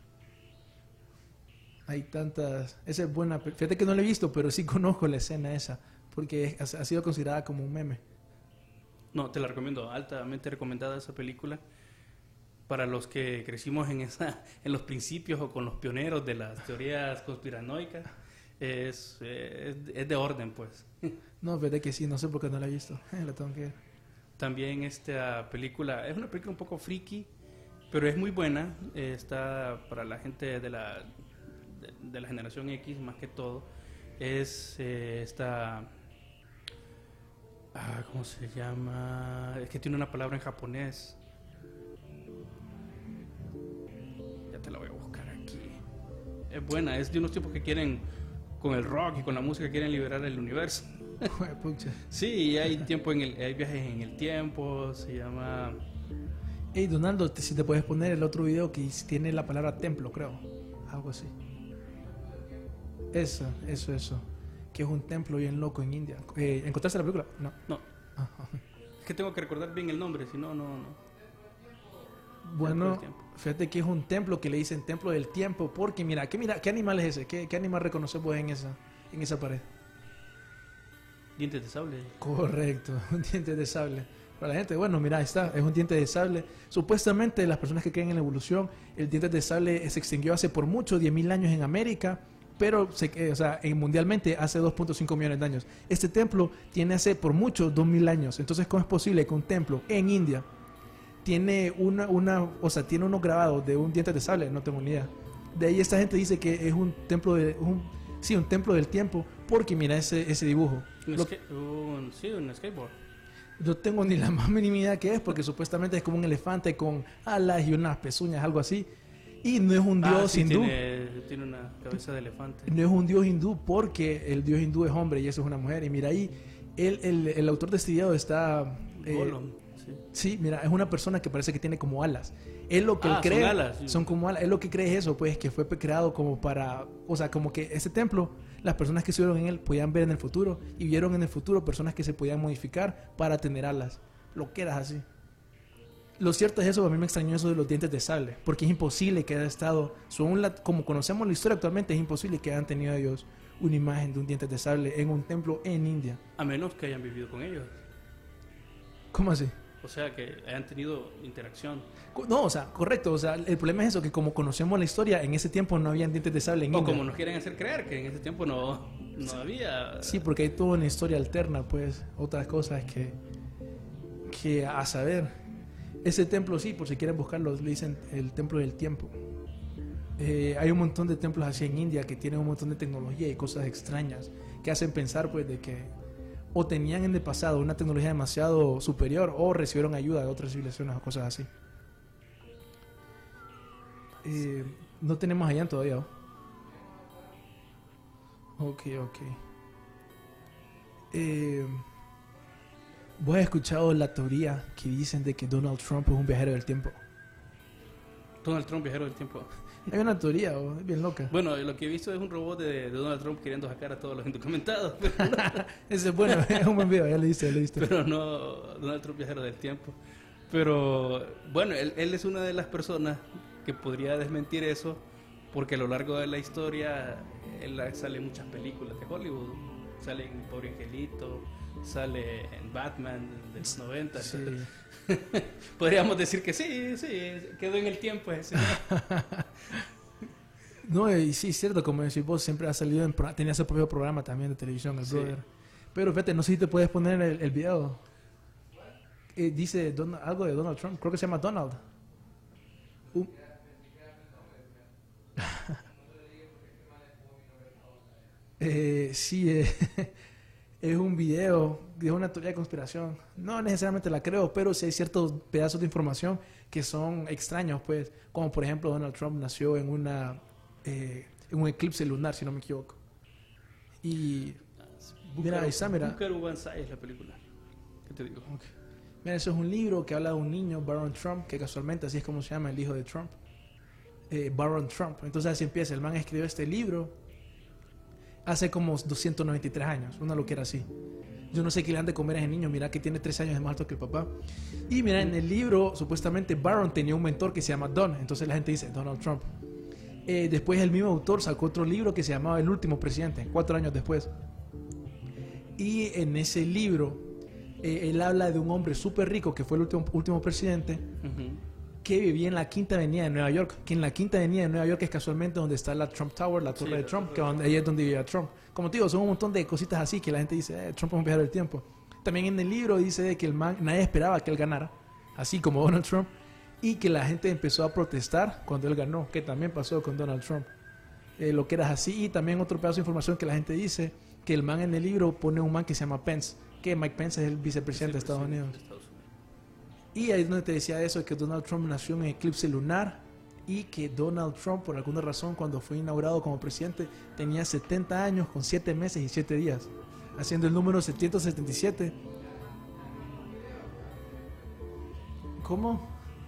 Speaker 3: Hay tantas... Esa es buena... Fíjate que no la he visto, pero sí conozco la escena esa. Porque ha, ha sido considerada como un meme.
Speaker 4: No, te la recomiendo, altamente recomendada esa película. Para los que crecimos en esa, en los principios o con los pioneros de las teorías conspiranoicas, es, es, es de orden, pues.
Speaker 3: No, verdad que sí, no sé por qué no la he visto. La tengo que ver.
Speaker 4: También esta película, es una película un poco friki, pero es muy buena. Eh, está para la gente de la, de, de la generación X, más que todo. Es eh, esta... Ah, ¿cómo se llama? Es que tiene una palabra en japonés. Ya te la voy a buscar aquí. Es buena, es de unos tipos que quieren, con el rock y con la música, quieren liberar el universo.
Speaker 3: Pucha.
Speaker 4: Sí, y hay tiempo en el, hay viajes en el tiempo, se llama...
Speaker 3: Hey, Donaldo, te- si te puedes poner el otro video que tiene la palabra templo, creo. Algo así. Eso, eso, eso. Que es un templo bien loco en India. Eh, ¿Encontraste la película? No.
Speaker 4: No,
Speaker 3: Ajá.
Speaker 4: es que tengo que recordar bien el nombre, si no, no, no.
Speaker 3: Bueno,
Speaker 4: del tiempo.
Speaker 3: fíjate que es un templo que le dicen templo del tiempo. Porque mira, ¿qué, mira, ¿qué animal es ese? ¿Qué, qué animal reconoces vos en esa, en esa pared?
Speaker 4: Dientes de sable.
Speaker 3: Correcto, un diente de sable. Para la gente, bueno, mira, ahí está, es un diente de sable. Supuestamente las personas que creen en la evolución, el diente de sable se extinguió hace por mucho, diez mil años en América, pero se, eh, o sea, en, mundialmente hace dos punto cinco millones de años. Este templo tiene hace por mucho dos mil años. Entonces, ¿cómo es posible que un templo en India tiene una, una, o sea, tiene unos grabados de un diente de sable? No tengo ni idea. De ahí esta gente dice que es un templo de, un, sí, un templo del tiempo, porque mira ese, ese dibujo.
Speaker 4: Un
Speaker 3: Lo-
Speaker 4: ska- un- sí, un skateboard.
Speaker 3: No tengo ni la más mínima idea qué es, porque supuestamente es como un elefante con alas y unas pezuñas, algo así. Y no es un
Speaker 4: Ah,
Speaker 3: dios
Speaker 4: sí,
Speaker 3: hindú.
Speaker 4: tiene, tiene una cabeza de elefante.
Speaker 3: No es un dios hindú porque el dios hindú es hombre y eso es una mujer. Y mira ahí, él, el, el autor de este video está... eh,
Speaker 4: Gollum, sí.
Speaker 3: sí, mira, es una persona que parece que tiene como alas. Es lo que
Speaker 4: Ah,
Speaker 3: él cree.
Speaker 4: son alas, sí.
Speaker 3: Son como alas. Es lo que cree eso, pues, que fue creado como para... O sea, como que ese templo, las personas que estuvieron en él podían ver en el futuro. Y vieron en el futuro personas que se podían modificar para tener alas. Lo que eras así. Lo cierto es eso, a mí me extrañó eso de los dientes de sable, porque es imposible que haya estado, según la, como conocemos la historia actualmente, es imposible que hayan tenido ellos una imagen de un diente de sable en un templo en India.
Speaker 4: A menos que hayan vivido con ellos.
Speaker 3: ¿Cómo así?
Speaker 4: O sea, que hayan tenido interacción.
Speaker 3: Co- No, o sea, correcto, o sea, el problema es eso, que como conocemos la historia, en ese tiempo no habían dientes de sable en
Speaker 4: O
Speaker 3: India.
Speaker 4: como nos quieren hacer creer que en ese tiempo no, no había...
Speaker 3: Sí, porque hay toda una historia alterna, pues, otras cosas que, que a saber. Ese templo, sí, por si quieren buscarlo, le dicen el templo del tiempo. Eh, hay un montón de templos así en India que tienen un montón de tecnología y cosas extrañas que hacen pensar, pues, de que o tenían en el pasado una tecnología demasiado superior o recibieron ayuda de otras civilizaciones o cosas así. Eh, no tenemos allá todavía, ¿o? Ok, ok. Eh, ¿Vos has escuchado la teoría que dicen de que Donald Trump es un viajero del tiempo?
Speaker 4: Donald Trump, viajero del tiempo.
Speaker 3: Hay una teoría, ¿o? Es bien loca.
Speaker 4: Bueno, lo que he visto es un robot de, de Donald Trump queriendo sacar a todos los indocumentados. Pero no,
Speaker 3: Ese es bueno, es un buen video, ya lo viste, ya lo viste.
Speaker 4: pero no Donald Trump, viajero del tiempo. Pero bueno, él, él es una de las personas que podría desmentir eso, porque a lo largo de la historia él sale en muchas películas de Hollywood. Sale en Pobre Angelito, sale en Batman de los noventa.
Speaker 3: Sí.
Speaker 4: Podríamos decir que sí, sí, quedó en el tiempo ese.
Speaker 3: No, y sí, es cierto, como decís vos, siempre ha salido en... pro- Tenía su propio programa también de televisión, el
Speaker 4: Sí.
Speaker 3: brother. Pero fíjate, no sé si te puedes poner el, el video. Eh, dice Don- algo de Donald Trump, creo que se llama Donald. Uh. Eh, sí, eh, es un video de una teoría de conspiración. No necesariamente la creo, pero sí hay ciertos pedazos de información que son extraños, pues. Como por ejemplo, Donald Trump nació en una eh, en un eclipse lunar, si no me equivoco. Y mira, ahí está, mira.
Speaker 4: Búcaro Banzai es la película. ¿Qué te digo?
Speaker 3: Ok. Mira, eso es un libro que habla de un niño, Baron Trump, que casualmente así es como se llama el hijo de Trump. Eh, Baron Trump. Entonces así empieza. El man escribió este libro hace como doscientos noventa y tres años, una loquera así. Yo no sé qué le han de comer a ese niño, mira que tiene tres años de más alto que el papá. Y mira, en el libro, supuestamente Baron tenía un mentor que se llama Don, entonces la gente dice Donald Trump. Eh, después el mismo autor sacó otro libro que se llamaba El último presidente, cuatro años después. Y en ese libro Eh, él habla de un hombre súper rico que fue el último, último presidente
Speaker 4: Ujú.
Speaker 3: que vivía en la Quinta Avenida de Nueva York, que en la Quinta Avenida de Nueva York es casualmente donde está la Trump Tower, la torre
Speaker 4: Sí,
Speaker 3: de
Speaker 4: la
Speaker 3: Trump,
Speaker 4: torre
Speaker 3: que
Speaker 4: de
Speaker 3: donde, ahí es donde vivía Trump. Como te digo, son un montón de cositas así que la gente dice, eh, Trump es un viajero del tiempo. También en el libro dice de que el man, nadie esperaba que él ganara, así como Donald Trump, y que la gente empezó a protestar cuando él ganó, que también pasó con Donald Trump. Eh, lo que era así, y también otro pedazo de información que la gente dice, que el man en el libro pone un man que se llama Pence, que Mike Pence es el vicepresidente de Estados Unidos. Y ahí es donde te decía eso, que Donald Trump nació en un eclipse lunar y que Donald Trump, por alguna razón, cuando fue inaugurado como presidente, tenía setenta años con siete meses y siete días, haciendo el número setecientos setenta y siete. ¿Cómo?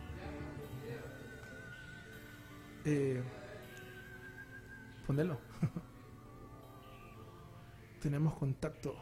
Speaker 3: Eh, ponelo. Tenemos contacto.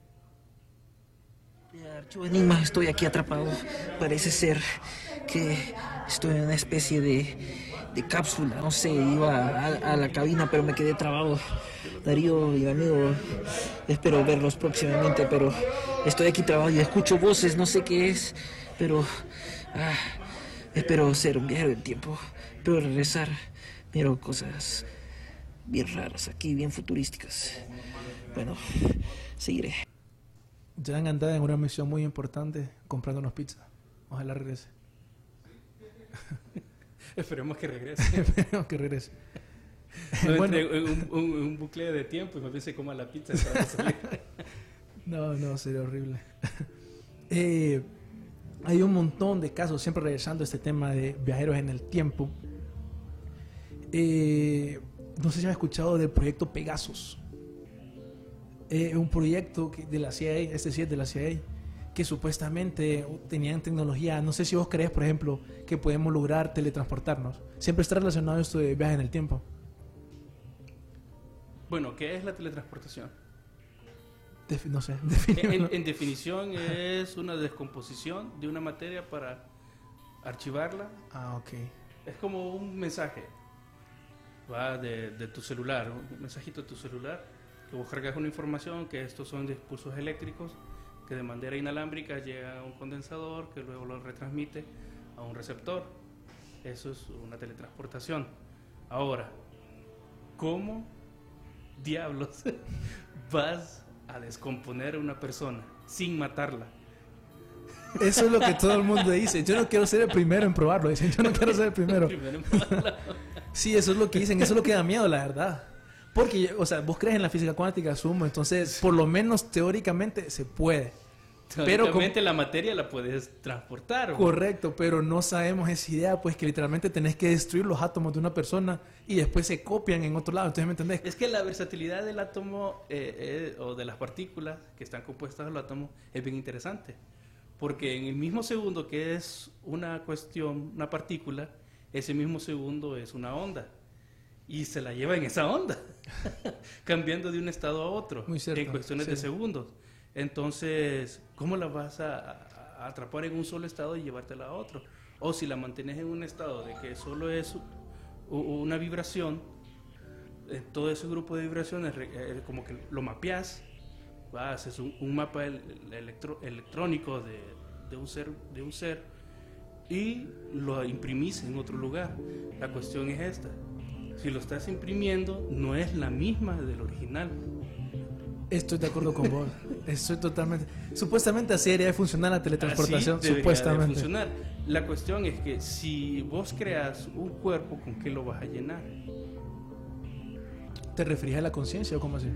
Speaker 5: Archivo Enigma, estoy aquí atrapado. Parece ser que estoy en una especie de, de cápsula. No sé, iba a, a la cabina, pero me quedé trabado. Darío y amigo, espero verlos próximamente, pero estoy aquí trabado y escucho voces, no sé qué es, pero ah, espero ser un viajero del tiempo. Espero regresar. Miro cosas bien raras aquí, bien futurísticas. Bueno, seguiré.
Speaker 3: Jan andaba en una misión muy importante comprándonos pizza. Ojalá regrese.
Speaker 4: Esperemos que regrese.
Speaker 3: Esperemos que regrese.
Speaker 4: No
Speaker 3: Bueno.
Speaker 4: entre en un, un, un bucle de tiempo y más bien se coma la pizza. Para salir.
Speaker 3: No, no, sería horrible. eh, hay un montón de casos, siempre regresando a este tema de viajeros en el tiempo. Eh, no sé si has escuchado del proyecto Pegasus. Es eh, un proyecto que de la C I A, este sí es de la C I A, que supuestamente tenían tecnología. No sé si vos crees, por ejemplo, que podemos lograr teletransportarnos. Siempre está relacionado esto de viaje en el tiempo.
Speaker 4: Bueno, ¿qué es la teletransportación?
Speaker 3: Defi- no sé,
Speaker 4: En,
Speaker 3: definímelo.
Speaker 4: en definición es una descomposición de una materia para archivarla.
Speaker 3: Ah, ok.
Speaker 4: Es como un mensaje, va de, de tu celular, un mensajito de tu celular, que vos cargas una información, que estos son de impulsos eléctricos, que de manera inalámbrica llega a un condensador, que luego lo retransmite a un receptor. Eso es una teletransportación. Ahora, ¿cómo diablos vas a descomponer a una persona sin matarla?
Speaker 3: Eso es lo que todo el mundo dice. Yo no quiero ser el primero en probarlo. Dicen, yo no quiero ser el primero.
Speaker 4: Primero en matarla.
Speaker 3: Sí, eso es lo que dicen. Eso es lo que da miedo, la verdad. Porque, o sea, vos crees en la física cuántica, asumo. Entonces, por lo menos teóricamente se puede. Pero
Speaker 4: Teóricamente
Speaker 3: como-
Speaker 4: la materia la puedes transportar. ¿o?
Speaker 3: Correcto, pero no sabemos esa idea, pues que literalmente tenés que destruir los átomos de una persona y después se copian en otro lado. Entonces, ¿me entendés?
Speaker 4: Es que la versatilidad del átomo eh, eh, o de las partículas que están compuestas del átomo es bien interesante. Porque en el mismo segundo que es una cuestión, una partícula, ese mismo segundo es una onda. Y se la lleva en esa onda, cambiando de un estado a otro,
Speaker 3: Muy cierto,
Speaker 4: en cuestiones de
Speaker 3: sí.
Speaker 4: segundos. Entonces, ¿cómo la vas a, a atrapar en un solo estado y llevártela a otro? O si la mantienes en un estado de que solo es u- una vibración, eh, todo ese grupo de vibraciones re- eh, como que lo mapeas, ¿va? Haces un, un mapa el- el- electro- electrónico de, de un ser, de un ser y lo imprimís en otro lugar. La cuestión es esta: si lo estás imprimiendo, no es la misma del original.
Speaker 3: Estoy de acuerdo con vos. Estoy totalmente. Supuestamente así debería de funcionar la teletransportación.
Speaker 4: Así debería de
Speaker 3: Supuestamente.
Speaker 4: funcionar. La cuestión es que si vos creas un cuerpo, ¿con qué lo vas a llenar?
Speaker 3: ¿Te referís a la conciencia o cómo así?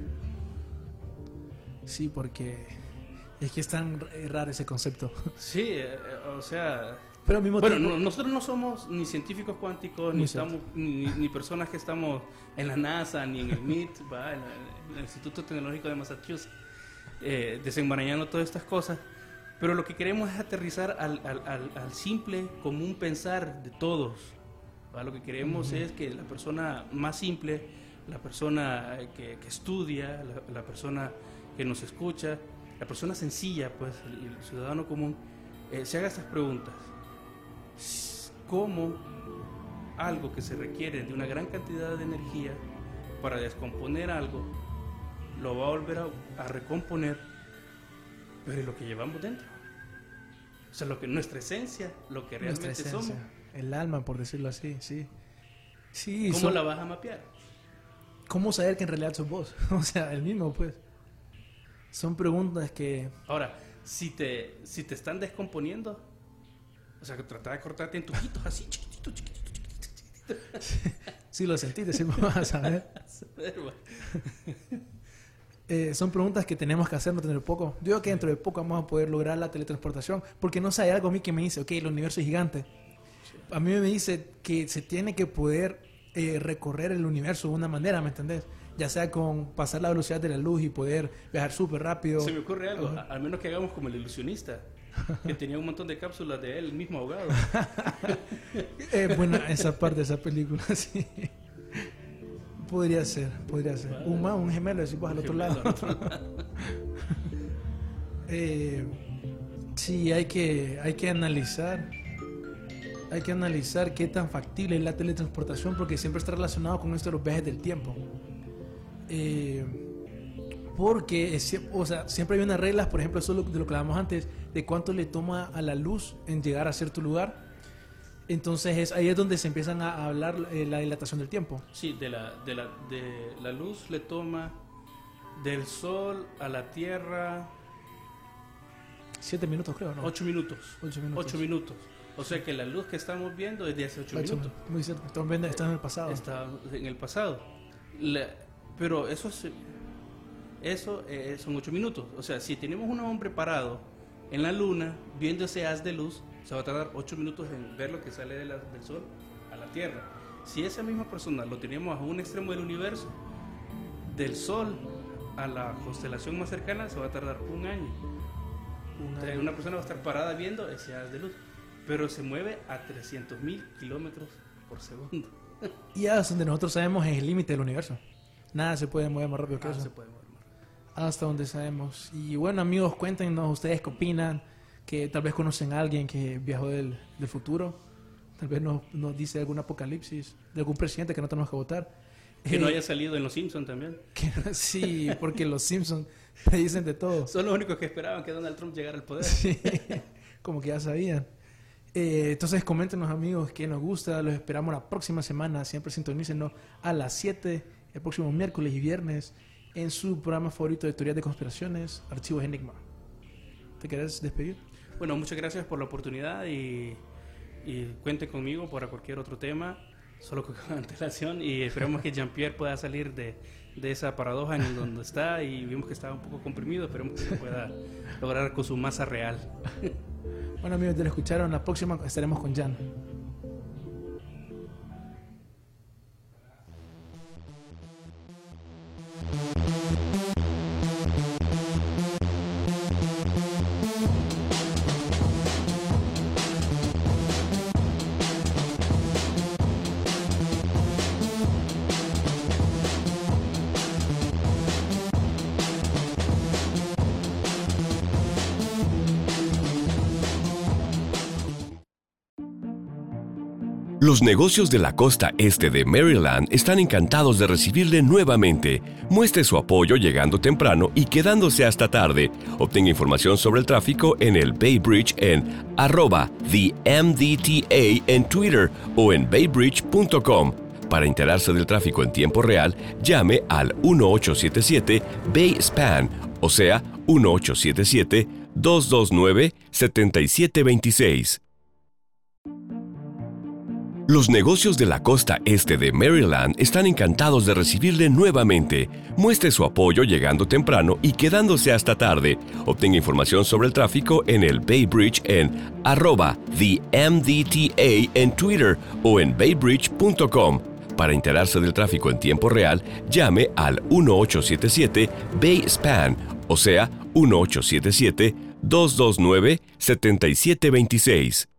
Speaker 3: Sí, porque es que es tan r- raro ese concepto.
Speaker 4: Sí, eh, o sea...
Speaker 3: Pero al mismo
Speaker 4: Bueno,
Speaker 3: tiempo.
Speaker 4: no- nosotros no somos ni científicos cuánticos,
Speaker 3: Muy
Speaker 4: ni,
Speaker 3: cierto.
Speaker 4: estamos, ni, ni personas que estamos en la NASA, ni en el M I T, ¿va? En, la- en el Instituto Tecnológico de Massachusetts, eh, desenmarañando todas estas cosas. Pero lo que queremos es aterrizar al, al, al, al simple, común pensar de todos. ¿va? Lo que queremos es que la persona más simple, la persona que, que estudia, la, la persona que nos escucha, la persona sencilla, pues, el, el ciudadano común, eh, se haga estas preguntas. ¿Cómo algo que se requiere de una gran cantidad de energía para descomponer algo lo va a volver a, a recomponer pero es lo que llevamos dentro. O sea, lo que, nuestra esencia, lo que realmente
Speaker 3: Nuestra
Speaker 4: somos.
Speaker 3: esencia, el alma, por decirlo así, sí. Sí,
Speaker 4: ¿Cómo
Speaker 3: son-
Speaker 4: la vas a mapear?
Speaker 3: ¿Cómo saber que en realidad sos vos? O sea, el mismo, pues. Son preguntas que...
Speaker 4: Ahora, si te, si te están descomponiendo, o sea, que trata de cortarte en tuquitos así, chiquitito, chiquitito, chiquitito.
Speaker 3: Sí, lo sentiste, sí, vas a saber. Eh, son preguntas que tenemos que hacernos dentro de poco. Yo digo que dentro de poco vamos a poder lograr la teletransportación, porque no sé, hay algo a mí que me dice, ok, el universo es gigante. A mí me dice que se tiene que poder eh, recorrer el universo de una manera, ¿me entendés? Ya sea con pasar la velocidad de la luz y poder viajar súper rápido.
Speaker 4: Se me ocurre algo, a- al menos que hagamos como el ilusionista, que tenía un montón de cápsulas de él mismo ahogado.
Speaker 3: Es buena esa parte de esa película, sí. Podría ser, podría ser. Un más, un gemelo, decimos al otro
Speaker 4: Gemelo
Speaker 3: lado.
Speaker 4: al otro lado.
Speaker 3: eh, sí, hay que, hay que analizar. Hay que analizar qué tan factible es la teletransportación, porque siempre está relacionado con esto de los viajes del tiempo. Eh, porque es, sie- o sea, siempre hay unas reglas, por ejemplo, eso es lo- de lo que hablábamos antes, de cuánto le toma a la luz en llegar a cierto lugar. Entonces es, ahí es donde se empiezan a a hablar eh, la dilatación del tiempo.
Speaker 4: Sí, de la, de, la, de la luz le toma del sol a la tierra
Speaker 3: Siete minutos, creo, ¿no?
Speaker 4: ocho minutos.
Speaker 3: Ocho minutos.
Speaker 4: Ocho minutos. O sea que la luz que estamos viendo es de hace ocho
Speaker 3: Ocho
Speaker 4: minutos.
Speaker 3: minutos. Muy cierto. Estamos viendo, está en el pasado.
Speaker 4: Está en el pasado. La- pero eso, es- eso eh, son ocho minutos. O sea, si tenemos un hombre parado en la luna viendo ese haz de luz, se va a tardar ocho minutos en ver lo que sale de la- del sol a la tierra. Si esa misma persona lo tenemos a un extremo del universo, del sol a la constelación más cercana, se va a tardar un año.
Speaker 3: Una-
Speaker 4: O sea, una persona va a estar parada viendo ese haz de luz, pero se mueve a trescientos mil kilómetros por segundo.
Speaker 3: Y ya es donde nosotros sabemos es el límite del universo. Nada se puede mover más rápido que
Speaker 4: Ah,
Speaker 3: eso.
Speaker 4: se puede mover más rápido.
Speaker 3: Hasta donde sabemos. Y bueno, amigos, cuéntenos ustedes qué opinan, que tal vez conocen a alguien que viajó del, del futuro, tal vez nos, nos dice algún apocalipsis de algún presidente que no tenemos que votar.
Speaker 4: Que no
Speaker 3: Eh,
Speaker 4: haya salido en Los Simpsons también.
Speaker 3: que- sí, porque los Simpsons te dicen de todo.
Speaker 4: Son los únicos que esperaban que Donald Trump llegara al poder.
Speaker 3: Sí, como que ya sabían. Eh, entonces coméntenos, amigos, que nos gusta. Los esperamos la próxima semana. Siempre sintonícenos a las siete, el próximo miércoles y viernes, en su programa favorito de teorías de conspiraciones, Archivos Enigma. ¿Te querés despedir?
Speaker 4: Bueno, muchas gracias por la oportunidad y, y cuente conmigo para cualquier otro tema, solo con antelación, y esperemos que Jean-Pierre pueda salir de, de esa paradoja en el donde está, y vimos que estaba un poco comprimido, esperemos que se pueda lograr con su masa real.
Speaker 3: Bueno, amigos, ya lo escucharon. La próxima estaremos con Jan.
Speaker 6: Los negocios de la costa este de Maryland están encantados de recibirle nuevamente. Muestre su apoyo llegando temprano y quedándose hasta tarde. Obtenga información sobre el tráfico en el Bay Bridge en arroba the M D T A en Twitter o en baybridge punto com. Para enterarse del tráfico en tiempo real, llame al uno ocho siete siete Bay Span, o sea, uno ocho siete siete, dos dos nueve, siete siete dos seis. Los negocios de la costa este de Maryland están encantados de recibirle nuevamente. Muestre su apoyo llegando temprano y quedándose hasta tarde. Obtenga información sobre el tráfico en el Bay Bridge en arroba the M D T A en Twitter o en baybridge punto com. Para enterarse del tráfico en tiempo real, llame al uno ocho siete siete Bay Span, o sea, uno ocho siete siete, dos dos nueve, siete siete dos seis.